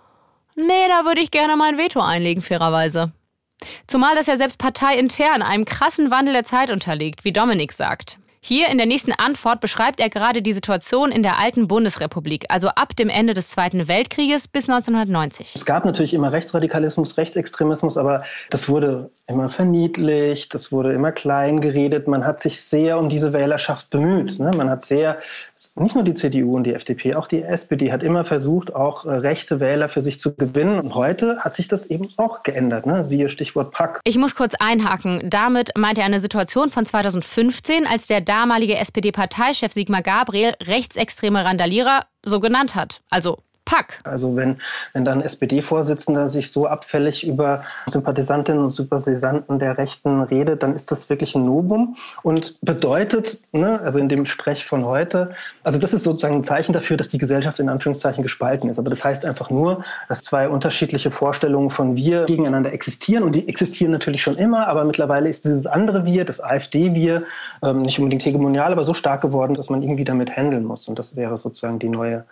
Speaker 1: nee, da würde ich gerne mein Veto einlegen, fairerweise. Zumal das ja selbst parteiintern einem krassen Wandel der Zeit unterliegt, wie Dominik sagt. Hier in der nächsten Antwort beschreibt er gerade die Situation in der alten Bundesrepublik, also ab dem Ende des Zweiten Weltkrieges bis 1990.
Speaker 9: Es gab natürlich immer Rechtsradikalismus, Rechtsextremismus, aber das wurde immer verniedlicht, das wurde immer klein geredet. Man hat sich sehr um diese Wählerschaft bemüht. Ne? Man hat sehr, nicht nur die CDU und die FDP, auch die SPD hat immer versucht, auch rechte Wähler für sich zu gewinnen. Und heute hat sich das eben auch geändert. Ne? Siehe Stichwort PAK.
Speaker 1: Ich muss kurz einhaken. Damit meint er eine Situation von 2015, als der damalige SPD-Parteichef Sigmar Gabriel rechtsextreme Randalierer so genannt hat. Also PAK.
Speaker 9: Also wenn dann SPD-Vorsitzender sich so abfällig über Sympathisantinnen und Sympathisanten der Rechten redet, dann ist das wirklich ein Novum und bedeutet, ne, also in dem Sprech von heute, also das ist sozusagen ein Zeichen dafür, dass die Gesellschaft in Anführungszeichen gespalten ist. Aber das heißt einfach nur, dass zwei unterschiedliche Vorstellungen von Wir gegeneinander existieren und die existieren natürlich schon immer, aber mittlerweile ist dieses andere Wir, das AfD-Wir, nicht unbedingt hegemonial, aber so stark geworden, dass man irgendwie damit handeln muss. Und das wäre sozusagen die neue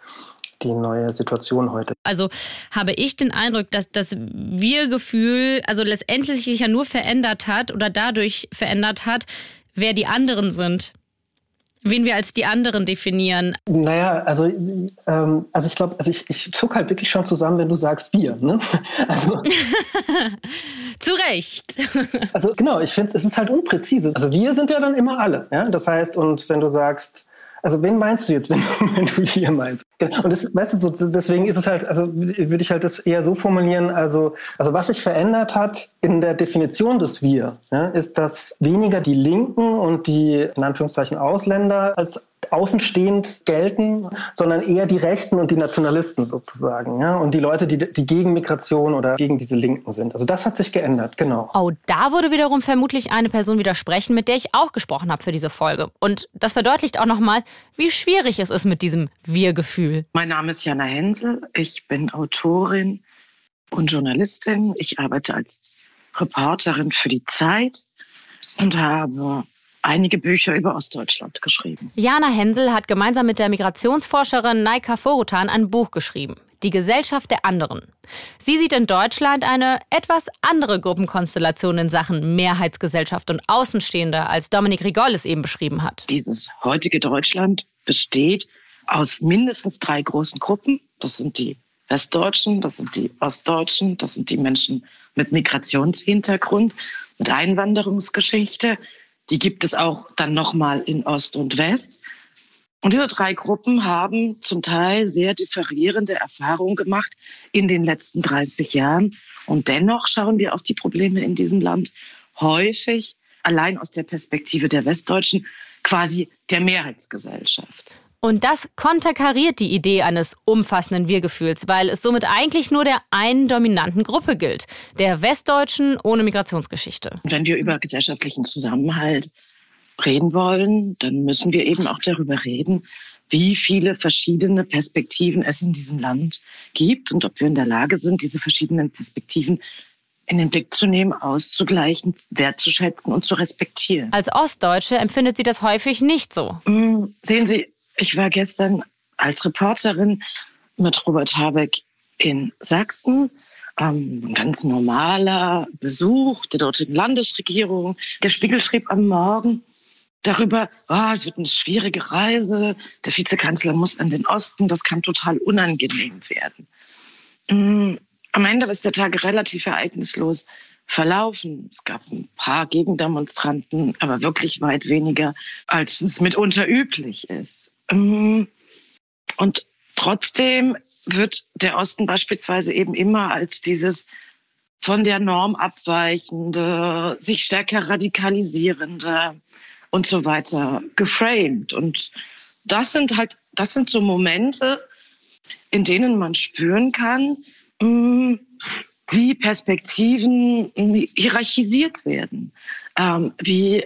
Speaker 9: Situation heute.
Speaker 1: Also habe ich den Eindruck, dass das Wir-Gefühl also letztendlich sich ja nur verändert hat oder dadurch verändert hat, wer die anderen sind. Wen wir als die anderen definieren.
Speaker 9: Naja, also ich glaube, ich zuck halt wirklich schon zusammen, wenn du sagst wir. Ne? Also,
Speaker 1: zu Recht.
Speaker 9: Also genau, ich finde, es ist halt unpräzise. Also wir sind ja dann immer alle. Ja? Das heißt, und wenn du sagst, also wen meinst du jetzt, wenn du wir meinst? Und das, weißt du, so, deswegen ist es halt, also würde ich halt das eher so formulieren, also was sich verändert hat in der Definition des Wir, ja, ist, dass weniger die Linken und die, in Anführungszeichen, Ausländer als außenstehend gelten, sondern eher die Rechten und die Nationalisten sozusagen, ja, und die Leute, die gegen Migration oder gegen diese Linken sind. Also das hat sich geändert, genau.
Speaker 1: Oh, da würde wiederum vermutlich eine Person widersprechen, mit der ich auch gesprochen habe für diese Folge. Und das verdeutlicht auch nochmal, wie schwierig es ist mit diesem Wir-Gefühl.
Speaker 10: Mein Name ist Jana Hensel, ich bin Autorin und Journalistin. Ich arbeite als Reporterin für die Zeit und habe einige Bücher über Ostdeutschland geschrieben.
Speaker 1: Jana Hensel hat gemeinsam mit der Migrationsforscherin Naika Forutan ein Buch geschrieben, Die Gesellschaft der anderen. Sie sieht in Deutschland eine etwas andere Gruppenkonstellation in Sachen Mehrheitsgesellschaft und Außenstehende, als Dominik Rigol es eben beschrieben hat.
Speaker 10: Dieses heutige Deutschland besteht aus mindestens 3 großen Gruppen. Das sind die Westdeutschen, das sind die Ostdeutschen, das sind die Menschen mit Migrationshintergrund, mit Einwanderungsgeschichte. Die gibt es auch dann nochmal in Ost und West. Und diese 3 Gruppen haben zum Teil sehr differierende Erfahrungen gemacht in den letzten 30 Jahren. Und dennoch schauen wir auf die Probleme in diesem Land häufig allein aus der Perspektive der Westdeutschen, quasi der Mehrheitsgesellschaft.
Speaker 1: Und das konterkariert die Idee eines umfassenden Wir-Gefühls, weil es somit eigentlich nur der einen dominanten Gruppe gilt, der Westdeutschen ohne Migrationsgeschichte.
Speaker 10: Wenn wir über gesellschaftlichen Zusammenhalt reden wollen, dann müssen wir eben auch darüber reden, wie viele verschiedene Perspektiven es in diesem Land gibt und ob wir in der Lage sind, diese verschiedenen Perspektiven in den Blick zu nehmen, auszugleichen, wertzuschätzen und zu respektieren.
Speaker 1: Als Ostdeutsche empfindet sie das häufig nicht so.
Speaker 10: Sehen Sie, ich war gestern als Reporterin mit Robert Habeck in Sachsen. Ein ganz normaler Besuch der dortigen Landesregierung. Der Spiegel schrieb am Morgen darüber, es wird eine schwierige Reise, der Vizekanzler muss an den Osten, das kann total unangenehm werden. Am Ende ist der Tag relativ ereignislos verlaufen. Es gab ein paar Gegendemonstranten, aber wirklich weit weniger, als es mitunter üblich ist. Und trotzdem wird der Osten beispielsweise eben immer als dieses von der Norm abweichende, sich stärker radikalisierende und so weiter geframed. Und das sind so Momente, in denen man spüren kann, wie Perspektiven hierarchisiert werden, wie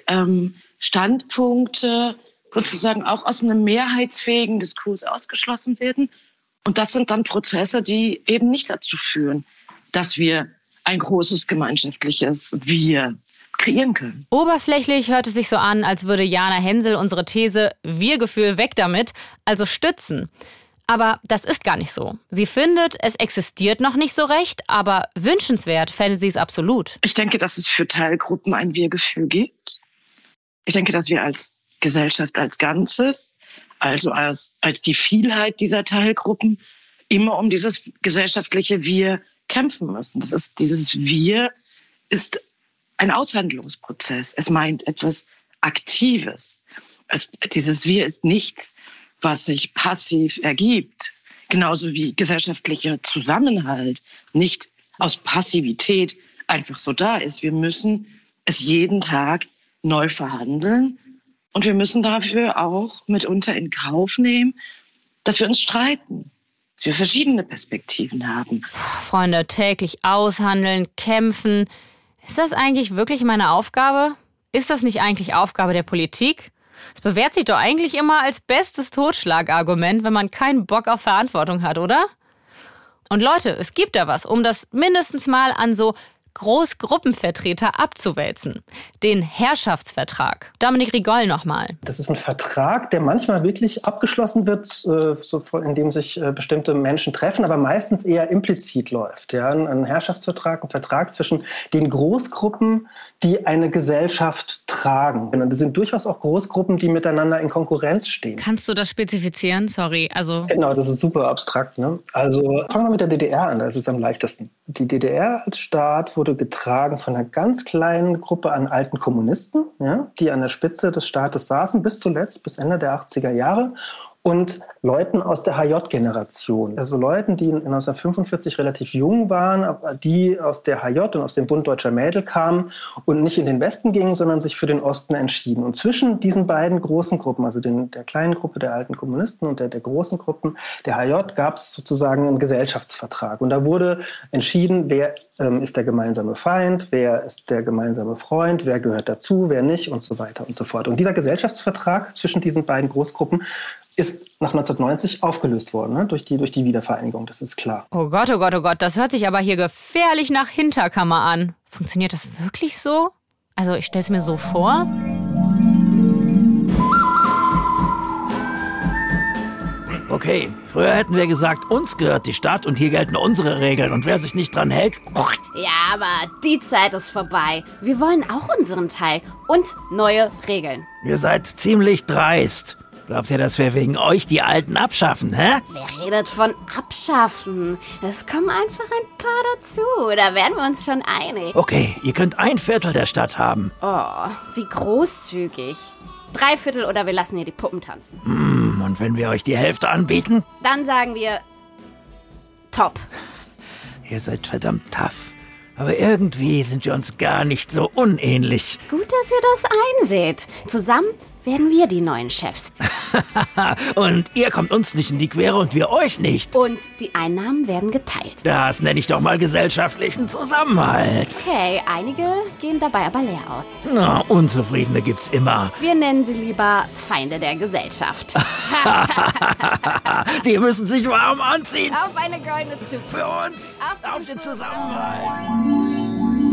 Speaker 10: Standpunkte sozusagen auch aus einem mehrheitsfähigen Diskurs ausgeschlossen werden. Und das sind dann Prozesse, die eben nicht dazu führen, dass wir ein großes gemeinschaftliches Wir kreieren können.
Speaker 1: Oberflächlich hört es sich so an, als würde Jana Hensel unsere These Wir-Gefühl weg damit, also stützen. Aber das ist gar nicht so. Sie findet, es existiert noch nicht so recht, aber wünschenswert fände sie es absolut.
Speaker 10: Ich denke, dass es für Teilgruppen ein Wir-Gefühl gibt. Ich denke, dass wir als Gesellschaft als Ganzes, also als die Vielheit dieser Teilgruppen, immer um dieses gesellschaftliche Wir kämpfen müssen. Dieses Wir ist ein Aushandlungsprozess. Es meint etwas Aktives. Dieses Wir ist nichts, was sich passiv ergibt. Genauso wie gesellschaftlicher Zusammenhalt nicht aus Passivität einfach so da ist. Wir müssen es jeden Tag neu verhandeln und wir müssen dafür auch mitunter in Kauf nehmen, dass wir uns streiten, dass wir verschiedene Perspektiven haben.
Speaker 1: Freunde, täglich aushandeln, kämpfen. Ist das eigentlich wirklich meine Aufgabe? Ist das nicht eigentlich Aufgabe der Politik? Es bewährt sich doch eigentlich immer als bestes Totschlagargument, wenn man keinen Bock auf Verantwortung hat, oder? Und Leute, es gibt da was, um das mindestens mal an so Großgruppenvertreter abzuwälzen. Den Herrschaftsvertrag. Dominik Rigoll nochmal.
Speaker 9: Das ist ein Vertrag, der manchmal wirklich abgeschlossen wird, indem sich bestimmte Menschen treffen, aber meistens eher implizit läuft. Ja? Ein Herrschaftsvertrag, ein Vertrag zwischen den Großgruppen, die eine Gesellschaft tragen. Das sind durchaus auch Großgruppen, die miteinander in Konkurrenz stehen.
Speaker 1: Kannst du das spezifizieren? Sorry,
Speaker 9: Genau, das ist super abstrakt. Ne? Also fangen wir mit der DDR an, da ist es am leichtesten. Die DDR als Staat wurde getragen von einer ganz kleinen Gruppe an alten Kommunisten, ja, die an der Spitze des Staates saßen, bis zuletzt, bis Ende der 80er Jahre. Und Leuten aus der HJ-Generation, also Leuten, die 1945 relativ jung waren, aber die aus der HJ und aus dem Bund Deutscher Mädel kamen und nicht in den Westen gingen, sondern sich für den Osten entschieden. Und zwischen diesen beiden großen Gruppen, also der kleinen Gruppe der alten Kommunisten und der großen Gruppen der HJ, gab es sozusagen einen Gesellschaftsvertrag. Und da wurde entschieden, wer ist der gemeinsame Feind, wer ist der gemeinsame Freund, wer gehört dazu, wer nicht und so weiter und so fort. Und dieser Gesellschaftsvertrag zwischen diesen beiden Großgruppen ist nach 1990 aufgelöst worden, ne? durch die Wiedervereinigung, das ist klar.
Speaker 1: Oh Gott, oh Gott, oh Gott, das hört sich aber hier gefährlich nach Hinterkammer an. Funktioniert das wirklich so? Also ich stelle es mir so vor.
Speaker 12: Okay, früher hätten wir gesagt, uns gehört die Stadt und hier gelten unsere Regeln und wer sich nicht dran hält...
Speaker 11: Ja, aber die Zeit ist vorbei. Wir wollen auch unseren Teil und neue Regeln.
Speaker 12: Ihr seid ziemlich dreist. Glaubt ihr, dass wir wegen euch die Alten abschaffen, hä?
Speaker 11: Wer redet von abschaffen? Es kommen einfach ein paar dazu. Da werden wir uns schon einig.
Speaker 12: Okay, ihr könnt 1/4 der Stadt haben.
Speaker 11: Oh, wie großzügig. 3/4 oder wir lassen hier die Puppen tanzen.
Speaker 12: Und wenn wir euch die Hälfte anbieten?
Speaker 11: Dann sagen wir top.
Speaker 12: Ihr seid verdammt tough. Aber irgendwie sind wir uns gar nicht so unähnlich.
Speaker 11: Gut, dass ihr das einseht. Zusammen werden wir die neuen Chefs.
Speaker 12: Und ihr kommt uns nicht in die Quere und wir euch nicht.
Speaker 11: Und die Einnahmen werden geteilt.
Speaker 12: Das nenne ich doch mal gesellschaftlichen Zusammenhalt.
Speaker 11: Okay, einige gehen dabei aber leer aus.
Speaker 12: Na, Unzufriedene gibt's immer.
Speaker 11: Wir nennen sie lieber Feinde der Gesellschaft.
Speaker 12: Die müssen sich warm anziehen.
Speaker 11: Auf eine goldene Zukunft.
Speaker 12: Für uns. Auf den Zusammenhalt.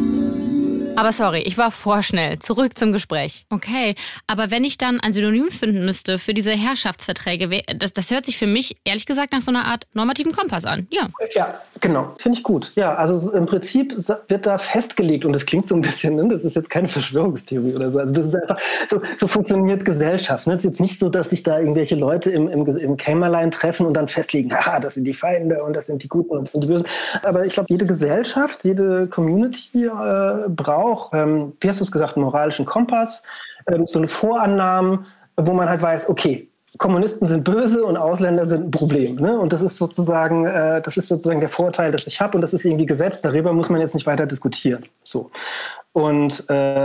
Speaker 1: Aber sorry, ich war vorschnell. Zurück zum Gespräch. Okay, aber wenn ich dann ein Synonym finden müsste für diese Herrschaftsverträge, das hört sich für mich ehrlich gesagt nach so einer Art normativen Kompass an.
Speaker 9: Ja, genau. Finde ich gut. Ja, also im Prinzip wird da festgelegt, und das klingt so ein bisschen, ne, das ist jetzt keine Verschwörungstheorie oder so. Also das ist einfach, so funktioniert Gesellschaft. Ne? Es ist jetzt nicht so, dass sich da irgendwelche Leute im Kämmerlein treffen und dann festlegen, haha, das sind die Feinde und das sind die Guten und das sind die Bösen. Aber ich glaube, jede Gesellschaft, jede Community braucht, wie hast du es gesagt, einen moralischen Kompass, so eine Vorannahmen, wo man halt weiß, okay, Kommunisten sind böse und Ausländer sind ein Problem. Ne? Und das ist sozusagen der Vorteil, das ich habe, und das ist irgendwie Gesetz. Darüber muss man jetzt nicht weiter diskutieren. So. Und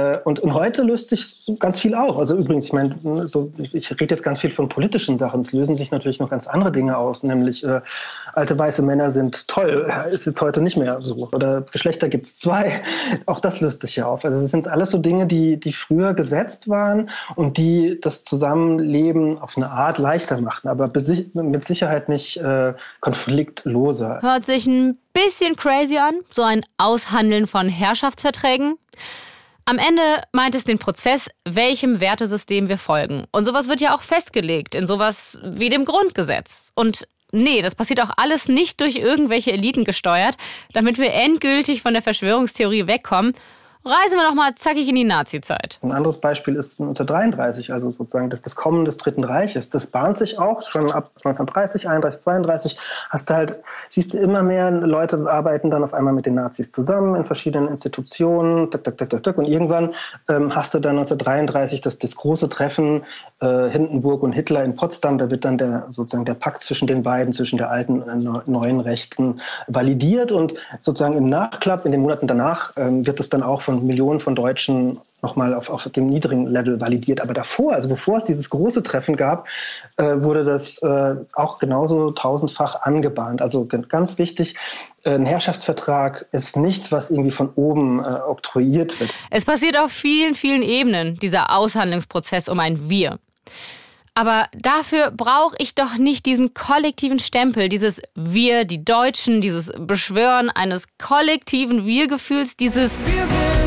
Speaker 9: heute löst sich ganz viel auch. Also übrigens, ich meine, ich rede jetzt ganz viel von politischen Sachen. Es lösen sich natürlich noch ganz andere Dinge aus, nämlich alte weiße Männer sind toll, ist jetzt heute nicht mehr so. Oder Geschlechter gibt es 2. Auch das löst sich ja auf. Also es sind alles so Dinge, die früher gesetzt waren und die das Zusammenleben auf eine Art leichter machten, aber mit Sicherheit nicht konfliktloser.
Speaker 1: Hört sich ein bisschen crazy an, so ein Aushandeln von Herrschaftsverträgen. Am Ende meint es den Prozess, welchem Wertesystem wir folgen. Und sowas wird ja auch festgelegt in sowas wie dem Grundgesetz. Und nee, das passiert auch alles nicht durch irgendwelche Eliten gesteuert, damit wir endgültig von der Verschwörungstheorie wegkommen. Reisen wir noch mal zackig in die Nazi-Zeit.
Speaker 9: Ein anderes Beispiel ist 1933, also sozusagen das Kommen des Dritten Reiches. Das bahnt sich auch schon ab 1930, 31, 32. Siehst du immer mehr Leute arbeiten dann auf einmal mit den Nazis zusammen in verschiedenen Institutionen. Und irgendwann hast du dann 1933 das große Treffen Hindenburg und Hitler in Potsdam. Da wird dann der Pakt zwischen den beiden, zwischen der alten und neuen Rechten validiert. Und sozusagen im Nachklapp, in den Monaten danach, wird es dann auch von Millionen von Deutschen nochmal auf dem niedrigen Level validiert. Aber davor, also bevor es dieses große Treffen gab, wurde das auch genauso tausendfach angebahnt. Also ganz wichtig, ein Herrschaftsvertrag ist nichts, was irgendwie von oben oktroyiert wird.
Speaker 1: Es passiert auf vielen, vielen Ebenen, dieser Aushandlungsprozess um ein Wir. Aber dafür brauche ich doch nicht diesen kollektiven Stempel, dieses Wir, die Deutschen, dieses Beschwören eines kollektiven Wir-Gefühls, dieses Wir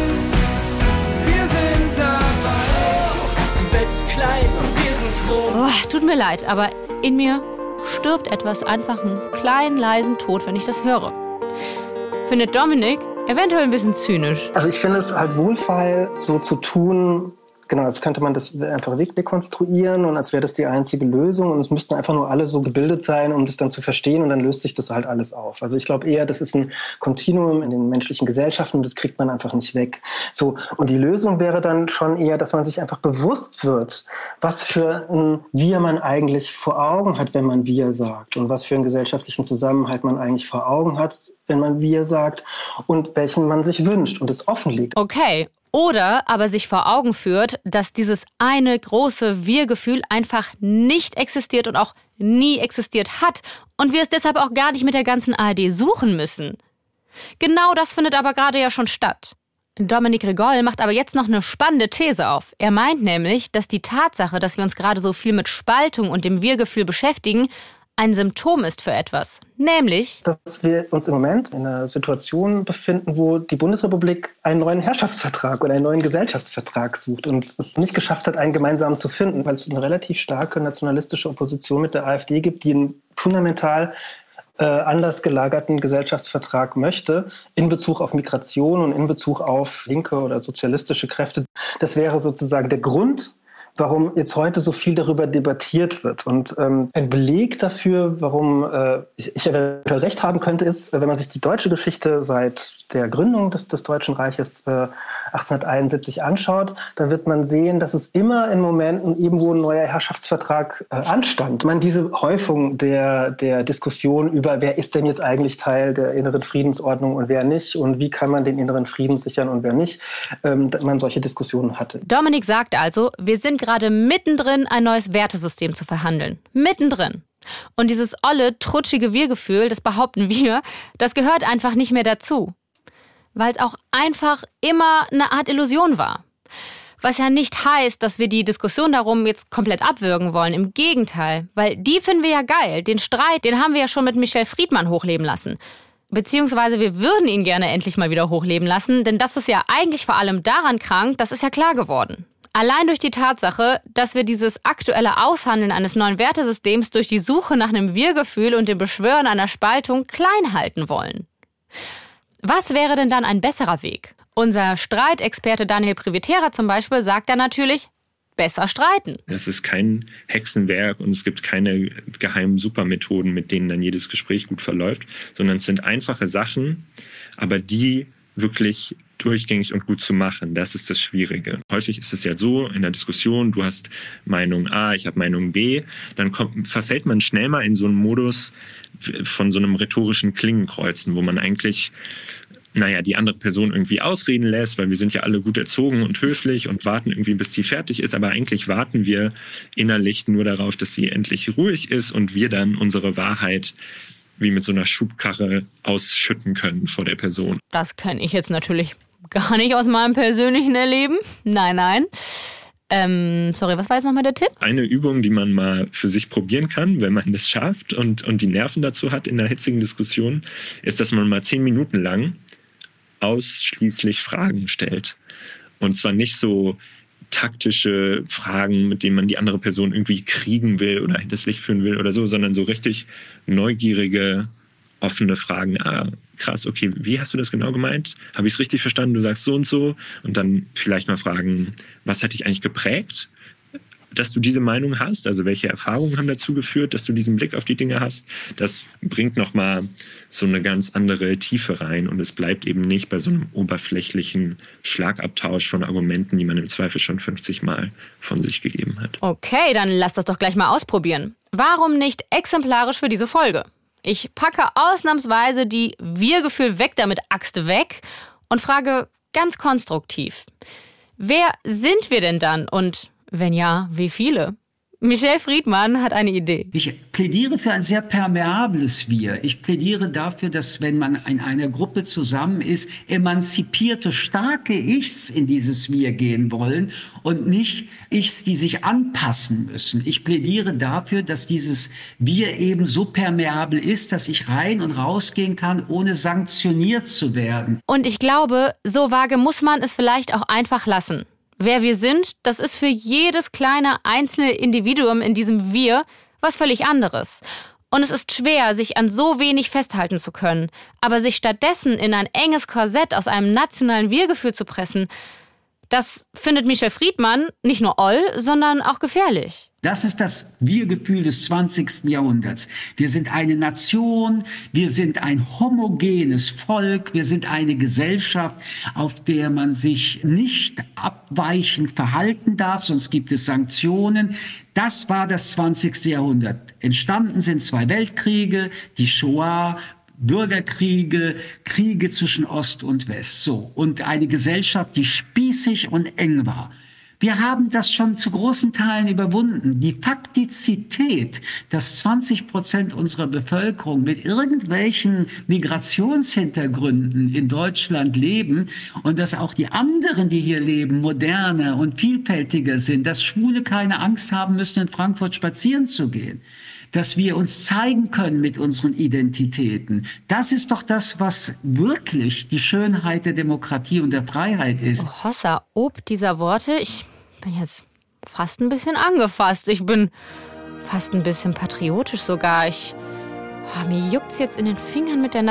Speaker 1: sind dabei. Die Welt ist klein und wir sind groß. Tut mir leid, aber in mir stirbt etwas einfach einen kleinen, leisen Tod, wenn ich das höre. Findet Dominik eventuell ein bisschen zynisch.
Speaker 9: Also ich finde es halt wohlfeil, so zu tun, genau, als könnte man das einfach dekonstruieren und als wäre das die einzige Lösung und es müssten einfach nur alle so gebildet sein, um das dann zu verstehen und dann löst sich das halt alles auf. Also ich glaube eher, das ist ein Kontinuum in den menschlichen Gesellschaften und das kriegt man einfach nicht weg. So, und die Lösung wäre dann schon eher, dass man sich einfach bewusst wird, was für ein Wir man eigentlich vor Augen hat, wenn man Wir sagt und was für einen gesellschaftlichen Zusammenhalt man eigentlich vor Augen hat, wenn man Wir sagt und welchen man sich wünscht und es offenlegt.
Speaker 1: Okay. Oder aber sich vor Augen führt, dass dieses eine große Wir-Gefühl einfach nicht existiert und auch nie existiert hat und wir es deshalb auch gar nicht mit der ganzen ARD suchen müssen. Genau das findet aber gerade ja schon statt. Dominik Regoll macht aber jetzt noch eine spannende These auf. Er meint nämlich, dass die Tatsache, dass wir uns gerade so viel mit Spaltung und dem Wir-Gefühl beschäftigen, ein Symptom ist für etwas. Nämlich,
Speaker 9: dass wir uns im Moment in einer Situation befinden, wo die Bundesrepublik einen neuen Herrschaftsvertrag oder einen neuen Gesellschaftsvertrag sucht und es nicht geschafft hat, einen gemeinsamen zu finden, weil es eine relativ starke nationalistische Opposition mit der AfD gibt, die einen fundamental anders gelagerten Gesellschaftsvertrag möchte in Bezug auf Migration und in Bezug auf linke oder sozialistische Kräfte. Das wäre sozusagen der Grund, warum jetzt heute so viel darüber debattiert wird. Und ein Beleg dafür, warum ich eventuell recht haben könnte, ist, wenn man sich die deutsche Geschichte seit der Gründung des Deutschen Reiches 1871 anschaut, dann wird man sehen, dass es immer in Momenten irgendwo ein neuer Herrschaftsvertrag anstand. Man diese Häufung der Diskussion über, wer ist denn jetzt eigentlich Teil der inneren Friedensordnung und wer nicht und wie kann man den inneren Frieden sichern und wer nicht, man solche Diskussionen hatte.
Speaker 1: Dominik sagt also, wir sind gerade mittendrin, ein neues Wertesystem zu verhandeln. Mittendrin. Und dieses olle, trutschige Wir-Gefühl, das behaupten wir, das gehört einfach nicht mehr dazu. Weil es auch einfach immer eine Art Illusion war. Was ja nicht heißt, dass wir die Diskussion darum jetzt komplett abwürgen wollen. Im Gegenteil, weil die finden wir ja geil. Den Streit, den haben wir ja schon mit Michel Friedmann hochleben lassen. Beziehungsweise wir würden ihn gerne endlich mal wieder hochleben lassen, denn dass es ja eigentlich vor allem daran krankt, das ist ja klar geworden. Allein durch die Tatsache, dass wir dieses aktuelle Aushandeln eines neuen Wertesystems durch die Suche nach einem Wir-Gefühl und dem Beschwören einer Spaltung klein halten wollen. Was wäre denn dann ein besserer Weg? Unser Streitexperte Daniel Privitera zum Beispiel sagt da natürlich, besser streiten.
Speaker 19: Es ist kein Hexenwerk und es gibt keine geheimen Supermethoden, mit denen dann jedes Gespräch gut verläuft, sondern es sind einfache Sachen, aber die wirklich durchgängig und gut zu machen, das ist das Schwierige. Häufig ist es ja so, in der Diskussion, du hast Meinung A, ich habe Meinung B, dann verfällt man schnell mal in so einen Modus von so einem rhetorischen Klingenkreuzen, wo man eigentlich die andere Person irgendwie ausreden lässt, weil wir sind ja alle gut erzogen und höflich und warten irgendwie, bis die fertig ist, aber eigentlich warten wir innerlich nur darauf, dass sie endlich ruhig ist und wir dann unsere Wahrheit wie mit so einer Schubkarre ausschütten können vor der Person.
Speaker 1: Das kenne ich jetzt natürlich gar nicht aus meinem persönlichen Erleben. Nein. Sorry, was war jetzt nochmal der Tipp?
Speaker 19: Eine Übung, die man mal für sich probieren kann, wenn man das schafft und die Nerven dazu hat in einer hitzigen Diskussion, ist, dass man mal 10 Minuten lang ausschließlich Fragen stellt. Und zwar nicht so taktische Fragen, mit denen man die andere Person irgendwie kriegen will oder hinters Licht führen will oder so, sondern so richtig neugierige, offene Fragen. Krass, okay, wie hast du das genau gemeint? Habe ich es richtig verstanden? Du sagst so und so. Und dann vielleicht mal fragen, was hat dich eigentlich geprägt, dass du diese Meinung hast? Also welche Erfahrungen haben dazu geführt, dass du diesen Blick auf die Dinge hast? Das bringt nochmal so eine ganz andere Tiefe rein und es bleibt eben nicht bei so einem oberflächlichen Schlagabtausch von Argumenten, die man im Zweifel schon 50 Mal von sich gegeben hat.
Speaker 1: Okay, dann lass das doch gleich mal ausprobieren. Warum nicht exemplarisch für diese Folge? Ich packe ausnahmsweise die Wir-Gefühl weg, damit Axt weg und frage ganz konstruktiv. Wer sind wir denn dann und wenn ja, wie viele? Michel Friedmann hat eine Idee.
Speaker 5: Ich plädiere für ein sehr permeables Wir. Ich plädiere dafür, dass wenn man in einer Gruppe zusammen ist, emanzipierte, starke Ichs in dieses Wir gehen wollen und nicht Ichs, die sich anpassen müssen. Ich plädiere dafür, dass dieses Wir eben so permeabel ist, dass ich rein und rausgehen kann, ohne sanktioniert zu werden.
Speaker 1: Und ich glaube, so vage muss man es vielleicht auch einfach lassen. Wer wir sind, das ist für jedes kleine einzelne Individuum in diesem Wir was völlig anderes. Und es ist schwer, sich an so wenig festhalten zu können. Aber sich stattdessen in ein enges Korsett aus einem nationalen Wir-Gefühl zu pressen, das findet Michel Friedmann nicht nur oll, sondern auch gefährlich.
Speaker 5: Das ist das Wir-Gefühl des 20. Jahrhunderts. Wir sind eine Nation, wir sind ein homogenes Volk, wir sind eine Gesellschaft, auf der man sich nicht abweichend verhalten darf, sonst gibt es Sanktionen. Das war das 20. Jahrhundert. Entstanden sind 2 Weltkriege, die Shoah, Bürgerkriege, Kriege zwischen Ost und West. So. Und eine Gesellschaft, die spießig und eng war. Wir haben das schon zu großen Teilen überwunden. Die Faktizität, dass 20% unserer Bevölkerung mit irgendwelchen Migrationshintergründen in Deutschland leben und dass auch die anderen, die hier leben, moderner und vielfältiger sind, dass Schwule keine Angst haben müssen, in Frankfurt spazieren zu gehen. Dass wir uns zeigen können mit unseren Identitäten. Das ist doch das, was wirklich die Schönheit der Demokratie und der Freiheit ist.
Speaker 1: Oh, Hossa, ob dieser Worte, ich bin jetzt fast ein bisschen angefasst. Ich bin fast ein bisschen patriotisch sogar. Mir juckt's jetzt in den Fingern mit der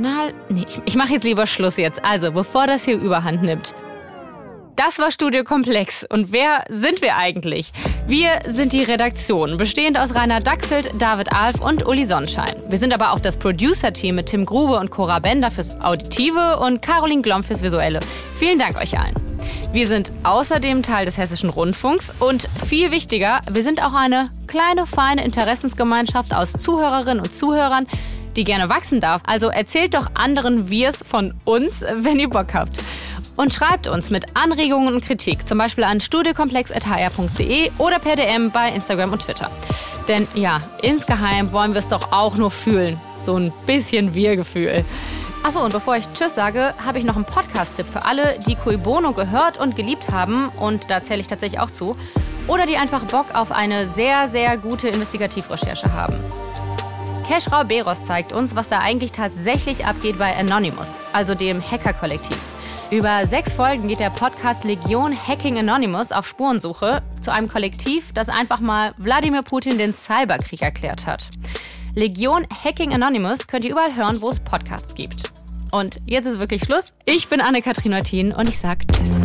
Speaker 1: ich mache jetzt lieber Schluss jetzt. Also, bevor das hier überhand nimmt. Das war Studio Komplex. Und wer sind wir eigentlich? Wir sind die Redaktion, bestehend aus Rainer Dachselt, David Alf und Uli Sonnenschein. Wir sind aber auch das Producer-Team mit Tim Grube und Cora Bender fürs Auditive und Caroline Glomb fürs Visuelle. Vielen Dank euch allen. Wir sind außerdem Teil des Hessischen Rundfunks und viel wichtiger, wir sind auch eine kleine, feine Interessensgemeinschaft aus Zuhörerinnen und Zuhörern, die gerne wachsen darf. Also erzählt doch anderen Wirs von uns, wenn ihr Bock habt. Und schreibt uns mit Anregungen und Kritik, zum Beispiel an studiokomplex@hr.de oder per DM bei Instagram und Twitter. Denn ja, insgeheim wollen wir es doch auch nur fühlen. So ein bisschen Wir-Gefühl. Achso, und bevor ich Tschüss sage, habe ich noch einen Podcast-Tipp für alle, die Cui Bono gehört und geliebt haben. Und da zähle ich tatsächlich auch zu. Oder die einfach Bock auf eine sehr, sehr gute Investigativrecherche haben. Keschrau Beros zeigt uns, was da eigentlich tatsächlich abgeht bei Anonymous, also dem Hacker-Kollektiv. Über 6 Folgen geht der Podcast Legion Hacking Anonymous auf Spurensuche zu einem Kollektiv, das einfach mal Wladimir Putin den Cyberkrieg erklärt hat. Legion Hacking Anonymous könnt ihr überall hören, wo es Podcasts gibt. Und jetzt ist wirklich Schluss. Ich bin Anne-Kathrin Neutin und ich sage Tschüss.